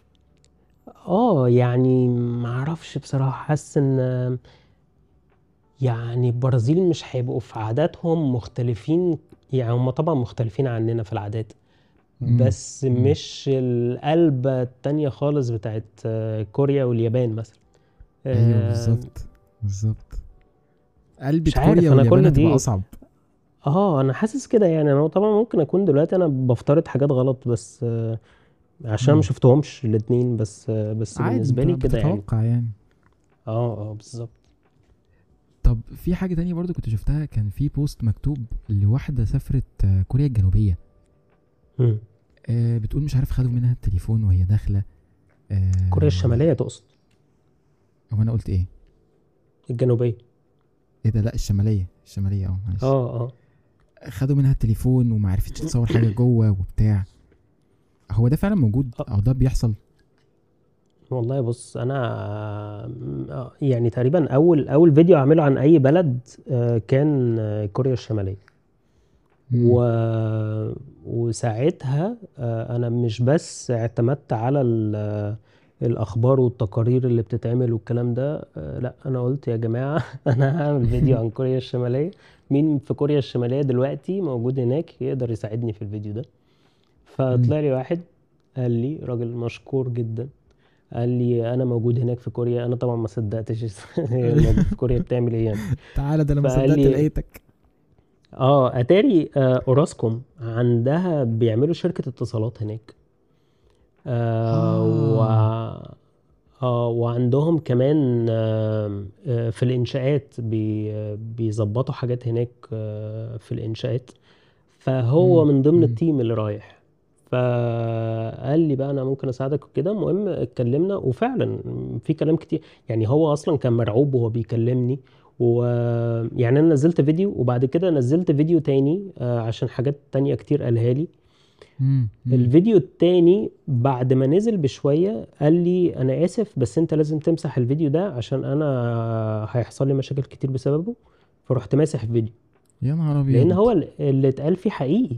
يعني ما اعرفش بصراحة، حاسس ان يعني البرازيل مش هيبقوا في عاداتهم مختلفين. يعني هم طبعا مختلفين عننا في العادات، مم. بس مم. مش القلبة التانية خالص بتاعت كوريا واليابان مثلا. ايوه آه، بالظبط بالظبط. قلبة مش كوريا عارف انا واليابان كل هتبقى دي. اصعب. انا حاسس كده يعني. انا طبعا ممكن اكون دلوقتي انا بفترض حاجات غلط، بس عشان ما مم. شفتهمش الاتنين، بس عادي، بالنسبة انت لي كده يعني. بتتوقع يعني. بالظبط. طب في حاجة تانية برضو كنت شفتها، كان في بوست مكتوب لواحدة سافرت كوريا الجنوبية. مم. بتقول مش عارف خدوا منها التليفون وهي داخلة. كوريا آه الشمالية تقصد؟ هو انا قلت ايه؟ الجنوبية. ايه ده؟ لا، الشمالية، الشمالية، معلش. اه خدوا منها التليفون وما عرفتش تصور حاجة جوه وبتاع. هو ده فعلا موجود اه او ده بيحصل؟ والله بص انا يعني تقريبا اول فيديو اعمله عن اي بلد كان كوريا الشماليه. امم. وساعتها انا مش بس اعتمدت على الاخبار والتقارير اللي بتتعمل والكلام ده. لا انا قلت يا جماعه انا هعمل فيديو عن كوريا الشماليه، مين في كوريا الشماليه دلوقتي موجود هناك يقدر يساعدني في الفيديو ده. امم. فطلع لي واحد قال لي، راجل مشكور جدا، قال لي انا موجود هناك في كوريا. انا طبعا ما صدقتش هي موجود في كوريا بتعمل ايه يعني. تعالى، ده انا ما فقال صدقت لي لقيتك. اتاري اوراسكوم عندها بيعملوا شركة اتصالات هناك. آه و اه. وعندهم كمان في الانشاءات بيظبطوا حاجات هناك في الانشاءات. فهو امم. من ضمن امم. التيم اللي رايح. فقال لي بقى انا ممكن اساعدك وكده. المهم اتكلمنا وفعلا في كلام كتير. يعني هو اصلا كان مرعوب وهو بيكلمني. ويعني انا نزلت فيديو وبعد كده نزلت فيديو تاني عشان حاجات تانية كتير قالها لي. امم. الفيديو التاني بعد ما نزل بشوية قال لي انا اسف بس انت لازم تمسح الفيديو ده عشان انا هيحصل لي مشاكل كتير بسببه. فرحت ماسح الفيديو يا نهار لان ابيض. هو اللي اتقال فيه حقيقي.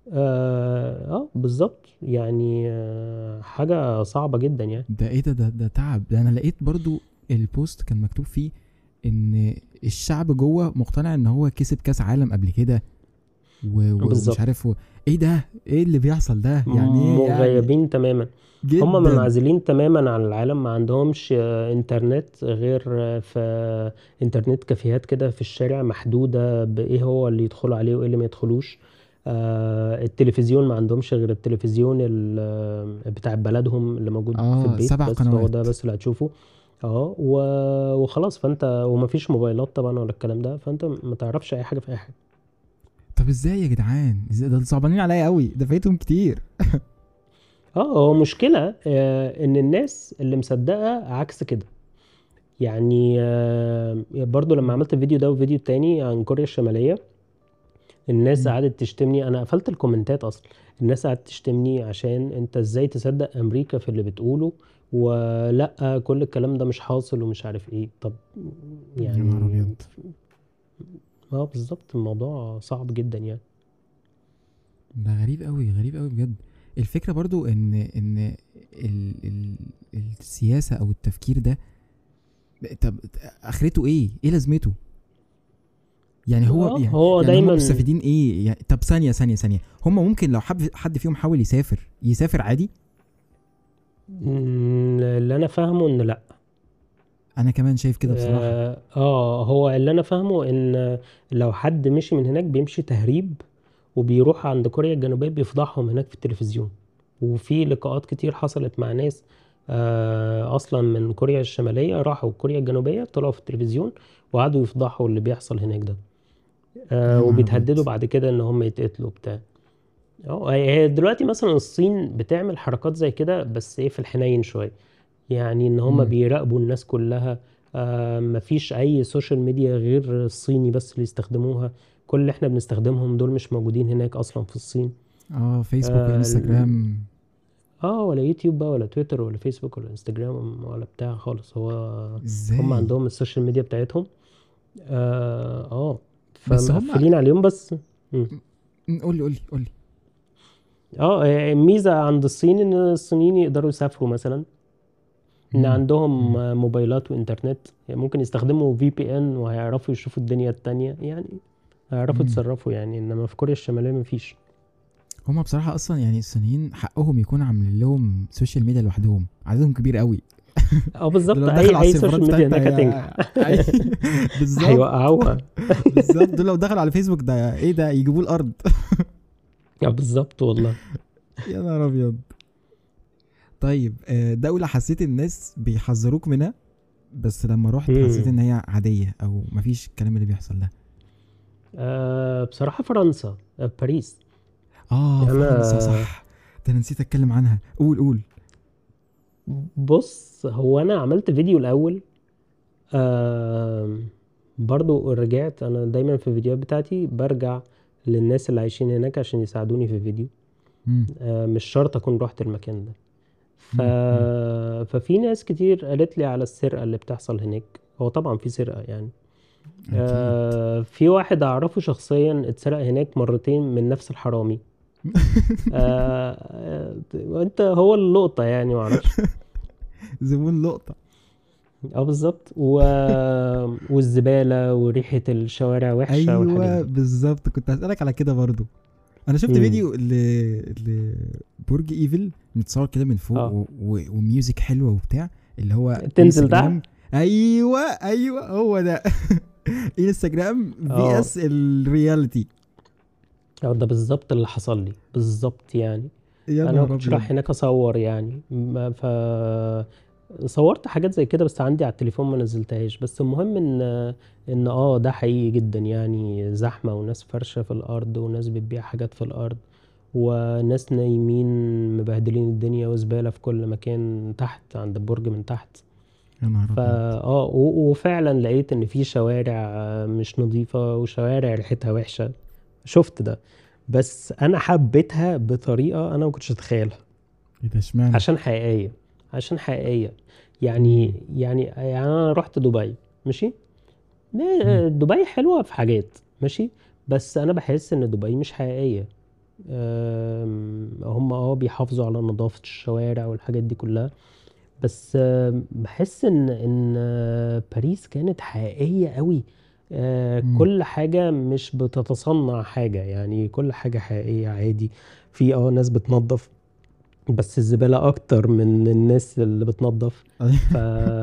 بالظبط يعني حاجة صعبة جدا يعني. ده ايه ده تعب. ده انا لقيت برضو البوست كان مكتوب فيه ان الشعب جوه مقتنع ان هو كسب كاس عالم قبل كده ومش بالظبط. عارف ايه ده، ايه اللي بيحصل ده، يعني ايه يعني. مغيبين تماما. هم جدا. منعزلين تماما عن العالم. ما عندهمش انترنت غير في انترنت كافيهات كده في الشارع محدودة بإيه هو اللي يدخلوا عليه وإيه اللي ما يدخلوش. التلفزيون ما عندهمش غير التلفزيون بتاع بلدهم اللي موجود في اه، البيت، سبع بس هو قنوات ده بس اللي هتشوفه. وخلاص. فانت ومفيش موبايلات طبعا ولا الكلام ده، فانت ما تعرفش اي حاجة في اي حاجة. طب ازاي يا جدعان؟ ازاي ده صعبانين عليا قوي، ده فايتهم كتير. هو مشكلة ان الناس اللي مصدقة عكس كده. يعني برضو لما عملت الفيديو ده وفيديو تاني عن كوريا الشمالية، الناس مم. قعدت تشتمني. انا قفلت الكومنتات اصلا. الناس قعدت تشتمني عشان انت ازاي تصدق امريكا في اللي بتقوله، ولا كل الكلام ده مش حاصل ومش عارف ايه. طب يا نهار يعني ابيض. اه بالظبط الموضوع صعب جدا يعني. ده غريب قوي، غريب قوي بجد. الفكره برضو ان ال السياسه او التفكير ده، طب اخرته ايه؟ ايه لازمته؟ يعني هو اه يعني هو يعني هم دايما. مستفيدين ايه يعني؟ طب ثانيه، هم ممكن لو حد فيهم حاول يسافر عادي. اللي انا فاهمه ان لا. انا كمان شايف كده بصراحه. هو اللي انا فاهمه ان لو حد مشي من هناك بيمشي تهريب، وبيروح عند كوريا الجنوبية بيفضحهم هناك في التلفزيون. وفي لقاءات كتير حصلت مع ناس اصلا من كوريا الشمالية راحوا كوريا الجنوبية طلعوا في التلفزيون وقعدوا يفضحوا اللي بيحصل هناك ده. يا نهار ابيض. وبيتهددوا بعد كده ان هم يتقتلوا بتاع. هي دلوقتي مثلا الصين بتعمل حركات زي كده بس ايه في الحنين شوية. يعني ان هم امم. بيراقبوا الناس كلها. مفيش اي سوشيال ميديا غير الصيني بس اللي يستخدموها. كل اللي احنا بنستخدمهم دول مش موجودين هناك اصلا في الصين. اه، فيسبوك اه ال- وانستجرام. ولا يوتيوب بقى ولا تويتر ولا فيسبوك ولا انستجرام ولا بتاع خالص. هم ازاي؟ عندهم السوشيال ميديا بتاعتهم. بس هم. فمقفلين عليهم بس. مم. قول لي. ميزة عند الصين ان الصينيين يقدروا يسافروا مثلا. ان امم. عندهم امم. موبايلات وانترنت. يعني ممكن يستخدموا في بي ان وهيعرفوا يشوفوا الدنيا التانية يعني. هيعرفوا امم. يتصرفوا يعني. انما في كوريا الشمالية مفيش. هما بصراحة أصلا يعني الصينيين حقهم يكون عاملين لهم سوشيال ميديا لوحدهم، عددهم كبير قوي. اه ده بالظبط. لو دخلوا اي على اي السيرفرات سوشيال ميديا بتاعتنا هناك هتنجح. بالظبط. هيوقعوها. بالظبط، دول لو دخلوا على فيسبوك ده ايه؟ ده يجيبوه الأرض. بالظبط والله. يا نهار أبيض. طيب دولة حسيت الناس بيحذروك منها، بس لما رحت حسيت مم. ان هي عادية او مفيش الكلام اللي بيحصل ده. بصراحة فرنسا. باريس. اه، فرنسا انا صح. ده انا نسيت اتكلم عنها. قول. بص هو انا عملت فيديو الاول. آه برضو رجعت. انا دايما في الفيديوهات بتاعتي برجع للناس اللي عايشين هناك عشان يساعدوني في الفيديو. مم. مش شرط اكون رحت المكان ده. ف... مم. ففي ناس كتير قالت لي على السرقة اللي بتحصل هناك. هو طبعا في سرقة يعني. اكيد. في واحد اعرفه شخصيا اتسرق هناك مرتين من نفس الحرامي. انت هو اللقطة يعني معرفش. زبون لقطة. اه بالظبط. والزبالة وريحة الشوارع وحشة والحاجات ايوه دي. بالظبط، كنت هسألك على كده برضو. انا شفت امم فيديو لبرج ايفل متصور كده من فوق اه وميوزك حلوة وبتاع، اللي هو تنزل تحت. انستجرام. ايوه هو ده. انستجرام في اه اس الرياليتي. ده بالظبط اللي حصل لي بالظبط يعني. يا انا ما نهار كنتش ابيض. رايح هناك اصور يعني. صورت حاجات زي كده بس عندي على التليفون ما نزلتهاش. بس المهم ان ده حقيقي جدا يعني. زحمة وناس فرشة في الارض وناس بتبيع حاجات في الارض. وناس نايمين مبهدلين الدنيا وزبالة في كل مكان تحت عند البرج من تحت. يا نهار ابيض. وفعلا لقيت ان في شوارع مش نظيفة وشوارع ريحتها وحشة. شفت ده، بس انا حبيتها بطريقة انا ما كنتش اتخيلها. ايه ده اشمعنى؟ عشان حقيقية، عشان حقيقية. مم. يعني انا رحت دبي، ماشي. مم. دبي حلوة في حاجات، ماشي. بس انا بحس ان دبي مش حقيقية. هم بيحافظوا على نظافة الشوارع والحاجات دي كلها. بس بحس ان باريس كانت حقيقية قوي. مم. كل حاجة مش بتتصنع حاجة، يعني كل حاجة حقيقية عادي. في ناس بتنظف، بس الزبالة اكتر من الناس اللي بتنظف. أيوة. ف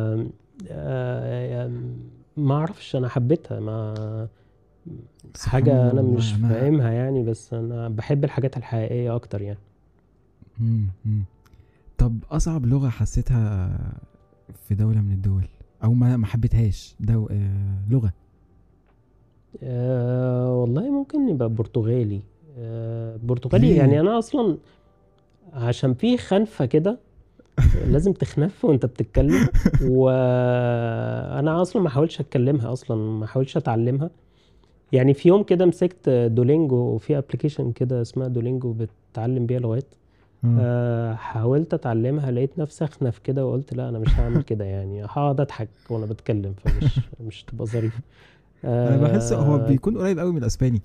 آه، ما اعرفش، انا حبيتها. ما سبحان حاجة الله انا والله مش انا. فاهمها يعني، بس انا بحب الحاجات الحقيقية اكتر يعني. مم. طب اصعب لغة حسيتها في دولة من الدول، او ما حبيتهاش لغة؟ والله ممكن يبقى برتغالي. برتغالي، ليه؟ يعني انا اصلا عشان في خنفة كده، لازم تخنف وانت بتتكلم. وانا اصلا ما حاولش اتكلمها، اصلا ما حاولش اتعلمها. يعني في يوم كده مسكت دولينجو، وفي ابلكيشن كده اسمها دولينجو بتتعلم بيها لغات. اه. حاولت اتعلمها، لقيت نفسي اخنف كده، وقلت لا انا مش هعمل كده، يعني هقعد اضحك وانا بتكلم، فمش تبقى ظريفة. انا بحس هو اه. بيكون قريب قوي من الاسباني.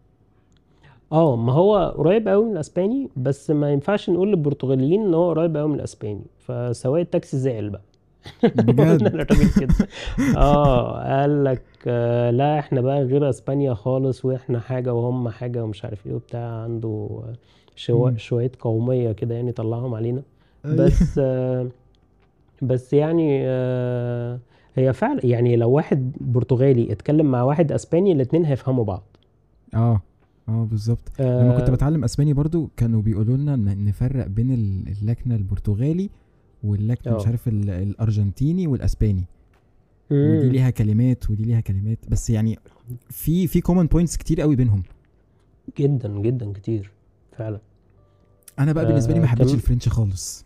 ما هو قريب قوي من الاسباني، بس ما ينفعش نقول للبرتغاليين ان هو قريب قوي من الاسباني، فسواق التاكسي زعل بقى. قلنا بجد؟ للراجل كده. قال لك لا احنا بقى غير اسبانيا خالص، واحنا حاجة وهم حاجة ومش عارف ايه وبتاع، عنده مم. شوية قومية كده يعني، طلعهم علينا. ايوه. بس بس يعني هي فعلا، يعني لو واحد برتغالي اتكلم مع واحد اسباني، الاتنين هيفهموا بعض. اه. اه بالظبط. لما كنت آه، بتعلم اسباني برضو كانوا بيقولوا لنا نفرق بين اللكنه البرتغالي واللكنه مش اه. عارف الارجنتيني والاسباني. ودي امم ليها كلمات ودي ليها كلمات، بس يعني في كومن بوينتس كتير قوي بينهم. جدا جدا كتير، فعلا. انا بقى بالنسبه لي ما حبيتش كان الفرنش خالص.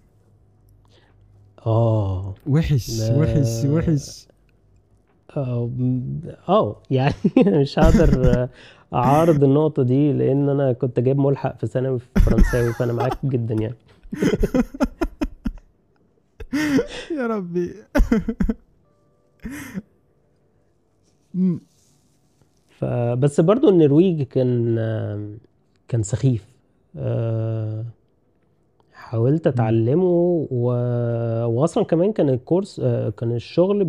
اه وحش وحش اه وحش. يعني مش هقدر اعارض النقطة دي، لان انا كنت جايب ملحق في ثانوي في فرنساوي، فانا معاك جدا يعني. يا ربي. مم. فبس برضو النرويج كان سخيف. آه، حاولت مم. اتعلمه واصلا كمان كان الكورس، كان الشغل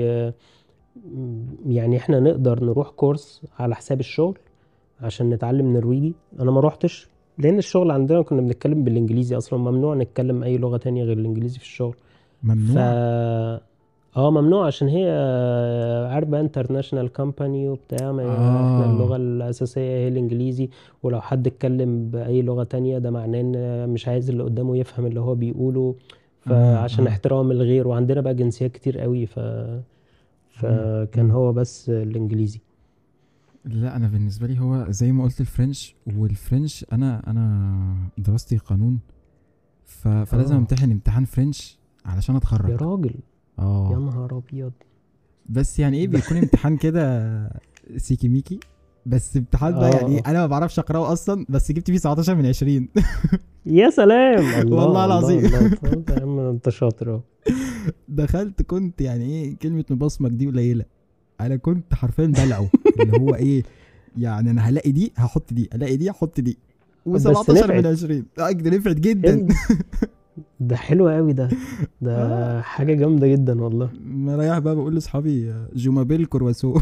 يعني احنا نقدر نروح كورس على حساب الشغل عشان نتعلم نرويجي. انا ما روحتش، لان الشغل عندنا كنا بنتكلم بالانجليزي، اصلا ممنوع نتكلم اي لغة تانية غير الانجليزي في الشغل. ف ممنوع. ممنوع، عشان هي عارف بقى انترناشونال كومباني وبتاع، احنا اه. اللغة الأساسية هي الإنجليزي. ولو حد اتكلم بأي لغة تانية، ده معناه إن مش عايز اللي قدامه يفهم اللي هو بيقوله. فعشان اه. احترام الغير، وعندنا بقى جنسيات كتير قوي، مم. فكان مم. هو بس الإنجليزي. لا انا بالنسبه لي هو زي ما قلت الفرنش، والفرنش انا دراستي قانون. فلازم اه امتحن امتحان فرنش علشان اتخرج. يا راجل، يا اه. نهار أبيض. بس يعني ايه بيكون امتحان كده سيكي ميكي. بس امتحان بقى يعني اه انا ما بعرفش اقراه اصلا، بس جبت فيه 19 من 20. يا سلام، والله الله الله العظيم. الله، طب يا عم انت شاطر اهو. دخلت كنت يعني ايه كلمة مبصمك دي قليلة. انا كنت حرفيا بلعه. اللي هو ايه، يعني انا هلاقي دي هحط دي، الاقي دي احط دي. بس و17 من نفعت. 20 اجد نفعت جدا. حلو، ده حلو قوي ده. ده اه. حاجة جامدة جدا والله. ما رايح بقى بقول لاصحابي جومابيل كرواسو.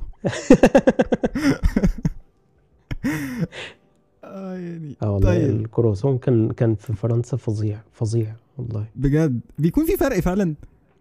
يعني اه والله طيب. الكرواسون كان في فرنسا فظيع فظيع والله. بجد بيكون في فرق فعلا.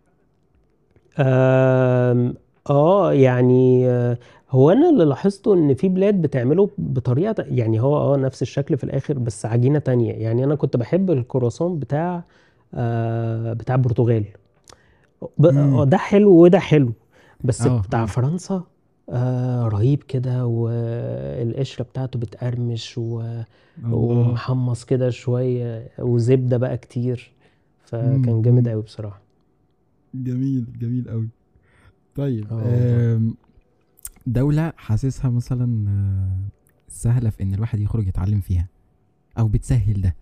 آم، يعني هو انا اللي لاحظته ان في بلاد بتعمله بطريقة يعني هو نفس الشكل في الاخر، بس عجينة تانية. يعني انا كنت بحب الكرواسون بتاع البرتغال. امم. ده حلو وده حلو، بس اه. بتاع اه. فرنسا رهيب كده، والقشرة بتاعته بتقرمش الله. ومحمص كده شوية، وزبدة بقى كتير. فكان جامد مم. قوي بصراحة. جميل جميل قوي. طيب اه والله. دولة حاسسها مثلا سهلة في ان الواحد يخرج يتعلم فيها، او بتسهل ده.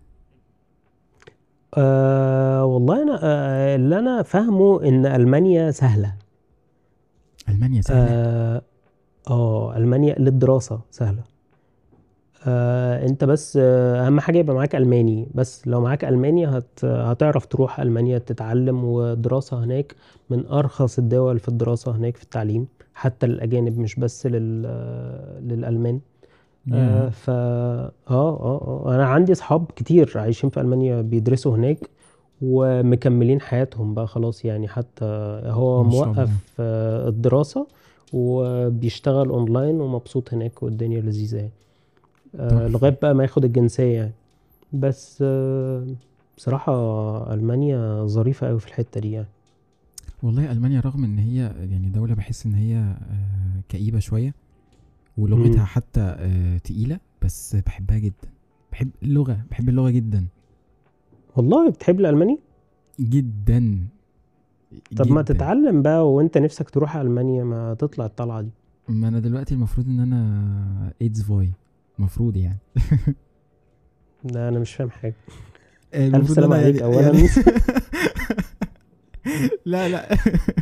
والله انا اللي انا فاهمه ان المانيا سهلة. المانيا سهلة. اه. المانيا للدراسة سهلة. انت بس اهم حاجة يبقى معاك الماني. بس لو معاك الماني هتعرف تروح المانيا تتعلم، والدراسة هناك من ارخص الدول في الدراسة هناك في التعليم، حتى للاجانب مش بس للالمان. يا انا عندي اصحاب كتير عايشين في المانيا بيدرسوا هناك، ومكملين حياتهم بقى خلاص يعني. حتى هو ما شاء الله. موقف الدراسة وبيشتغل اونلاين ومبسوط هناك، والدنيا لذيذة يعني. تحفة. لغاية بقى ما ياخد الجنسية يعني. بس بصراحة ألمانيا ظريفة أوي في الحتة دي يعني. والله ألمانيا رغم ان هي يعني دولة بحس ان هي كئيبة شوية، مم. ولغتها حتى تقيلة، بس بحبها جدا. بحب اللغة جدا والله بتحب الألماني؟ جدا طب ما جدا. تتعلم بقى، وانت نفسك تروح ألمانيا ما تطلع الطلعة دي. ما انا دلوقتي المفروض ان انا ايدز فاي، المفروض يعني. ده أنا مش فاهم حاجة. ألف المفروض ان سلام انا عليك يعني أولا. لا لا.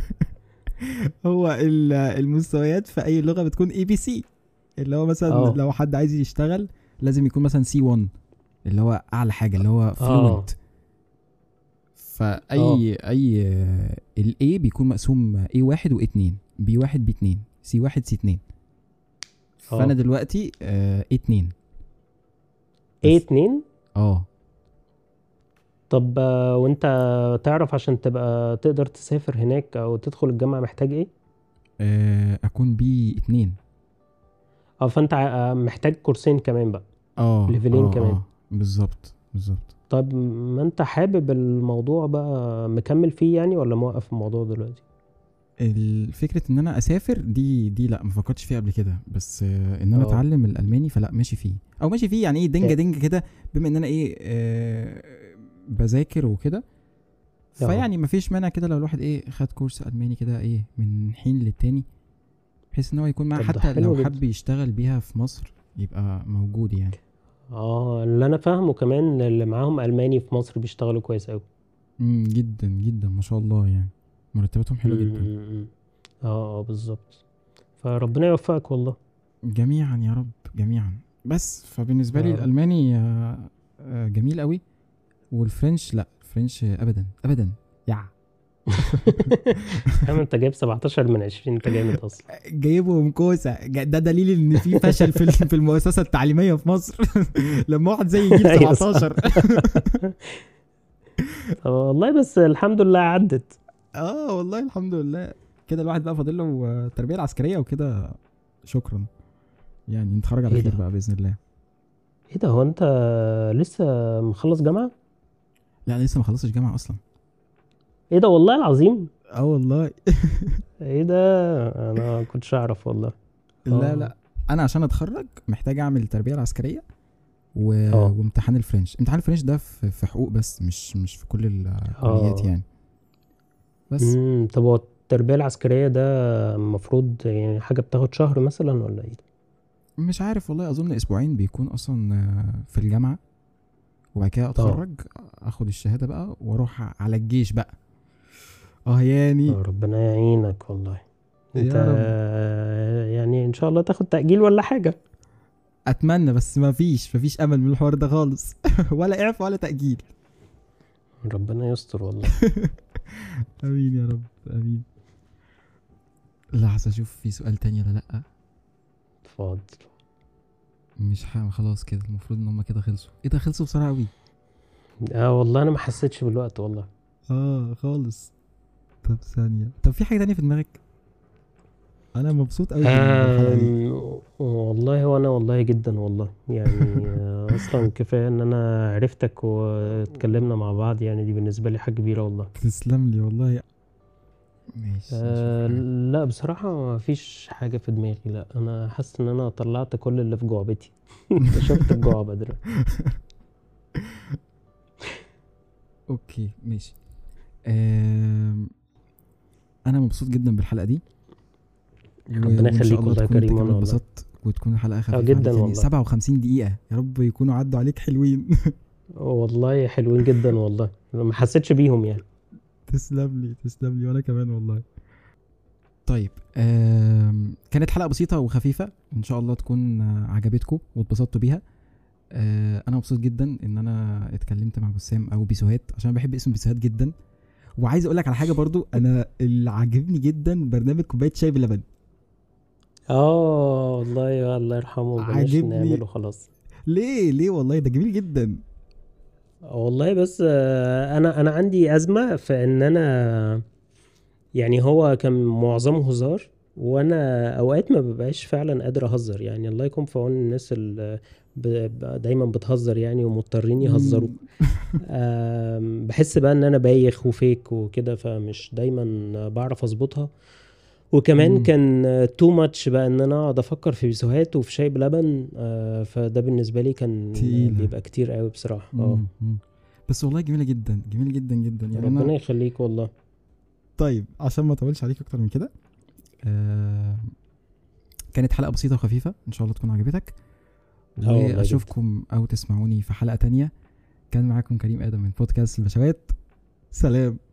هو المستويات في اي لغة بتكون اي بي سي، اللي هو مثلا اه. لو حد عايز يشتغل لازم يكون مثلا سي 1، اللي هو اعلى حاجة، اللي هو اه. فلوينت. اه. فاي الاي بيكون مقسوم اي واحد و اتنين، بي واحد بي اتنين، سي واحد سي اتنين. فانا اه. دلوقتي اي اتنين ايه بس. اتنين؟ اه طب وانت تعرف عشان تبقى تقدر تسافر هناك أو تدخل الجامعة محتاج ايه؟ اكون بي اتنين. اه، فانت محتاج كورسين كمان بقى، ليفلين كمان. بالظبط بالظبط. طب ما انت حابب الموضوع بقى مكمل فيه يعني، ولا موقف الموضوع دلوقتي؟ الفكرة ان انا اسافر دي لا ما فكرتش فيها قبل كده، بس ان انا اه. اتعلم الالماني فلا ماشي فيه، او ماشي فيه يعني ايه دنجة إيه. دنجة كده. بما ان انا ايه بذاكر وكده، اه. فيعني مفيش مانع كده لو الواحد ايه خد كورس الماني كده ايه من حين للتاني، بحيث ان هو يكون معاه طب ده حتى لو حلو جدا. حب يشتغل بيها في مصر يبقى موجود يعني. اه، اللي انا فاهمه كمان اللي معاهم الماني في مصر بيشتغلوا كويس قوي. جدا جدا ما شاء الله يعني، مرتباتهم حلوه جدا. امم. بالظبط. فربنا يوفقك والله. جميعا يا رب جميعا. بس فبالنسبه لي يا رب. الالماني جميل قوي، والفرنش لا، الفرنش ابدا ابدا يا يا عم انت جايب 17 من 20، انت جامد اصلا. جايبهم كوسه، ده دليل ان في فشل في المؤسسه التعليميه في مصر. لما واحد زي يجيب ايوه صح. 17. طب والله بس الحمد لله عدت. اه والله الحمد لله. كده الواحد بقى فاضل له التربيه العسكريه وكده، شكرا يعني، نتخرج على ايه خير ده؟ بقى باذن الله. ايه ده؟ هو انت لسه مخلص جامعة؟ لا أنا لسه ما خلصتش جامعه اصلا. ايه ده والله العظيم؟ اه والله. ايه ده؟ انا كنتش اعرف والله. لا اه. لا، انا عشان اتخرج محتاج اعمل التربيه العسكريه اه. وامتحان الفرنش. امتحان الفرنش ده في حقوق بس، مش في كل الكليات اه. يعني. بس طب هو التربية العسكرية ده المفروض يعني حاجة بتاخد شهر مثلا ولا ايه؟ مش عارف والله، اظن اسبوعين بيكون اصلا في الجامعه، وبعد كده اه. اتخرج اخد الشهاده بقى واروح على الجيش بقى. اه يعني. ربنا يعينك والله. انت يا رب. يعني ان شاء الله تاخد تأجيل ولا حاجة. اتمنى، بس ما فيش امل من الحوار ده خالص. ولا اعفاء ولا تاجيل. ربنا يستر والله. امين يا رب امين. لحظه اشوف في سؤال تاني ولا لا. اتفضل. مش خلاص كده المفروض ان هم كده خلصوا. ايه ده خلصوا بسرعه قوي. اه والله انا ما حسيتش بالوقت والله. اه خالص. طب ثانيه، طب في حاجه تانية في دماغك؟ انا مبسوط قوي بالحلقه دي. والله وانا والله جدا والله يعني اصلا كفايه ان انا عرفتك واتكلمنا مع بعض يعني، دي بالنسبه لي حاجه كبيره والله. تسلم لي والله. ماشي نشوف حاجة. لا بصراحة ما فيش حاجة في دماغي، لا انا حاسس ان انا طلعت كل اللي في جعبتي. انت شفت الجعبة دلوقتي. اوكي ماشي. آم، انا مبسوط جدا بالحلقة دي ربنا وان شاء يخليك الله والله يا تكون انت كريم، كمان انا والله. اتبسطت وتكون الحلقة اه خفيفة جدا عليك، يعني والله. 57 دقيقة يا رب يكونوا عدوا عليك حلوين. والله حلوين جدا والله، ما حسيتش بيهم يعني. تسلم لي تسلم لي وانا كمان والله. طيب كانت حلقة بسيطة وخفيفة، ان شاء الله تكون عجبتكم واتبسطتوا بيها. انا مبسوط جدا ان انا اتكلمت مع بسام او بيسوهات، عشان بحب اسم بيسوهات جدا. وعايز اقول لك على حاجة برضو، انا اللي عاجبني جدا برنامج كوباية شاي بلبن. اه والله الله يرحمه، بلاش عاجبني. نعمله خلاص. ليه والله ده جميل جدا. والله بس انا عندي ازمه في ان انا، يعني هو كان معظمه هزار، وانا اوقات ما ببقاش فعلا قادر اهزر، يعني الله يكون في عون الناس اللي دايما بتهزر يعني ومضطرين يهزروا. مم. بحس بقى ان انا بايخ وفيك وكده، فمش دايما بعرف اظبطها. وكمان مم. كان تو ماتش بقى ان انا اقعد افكر في بيسوهات وفي شاي بلبن، فده بالنسبه لي كان تقيلة. بيبقى كتير قوي بصراحه. اه مم. بس والله جميلة جدا جميلة جدا جدا يعني انا. ربنا يخليك والله. طيب عشان ما اطولش عليك اكتر من كده، آه كانت حلقة بسيطة وخفيفة، ان شاء الله تكون عجبتك، اه والله جدا. واشوفكم او تسمعوني في حلقة تانية. كان معاكم كريم ادم من بودكاست البشوات. سلام.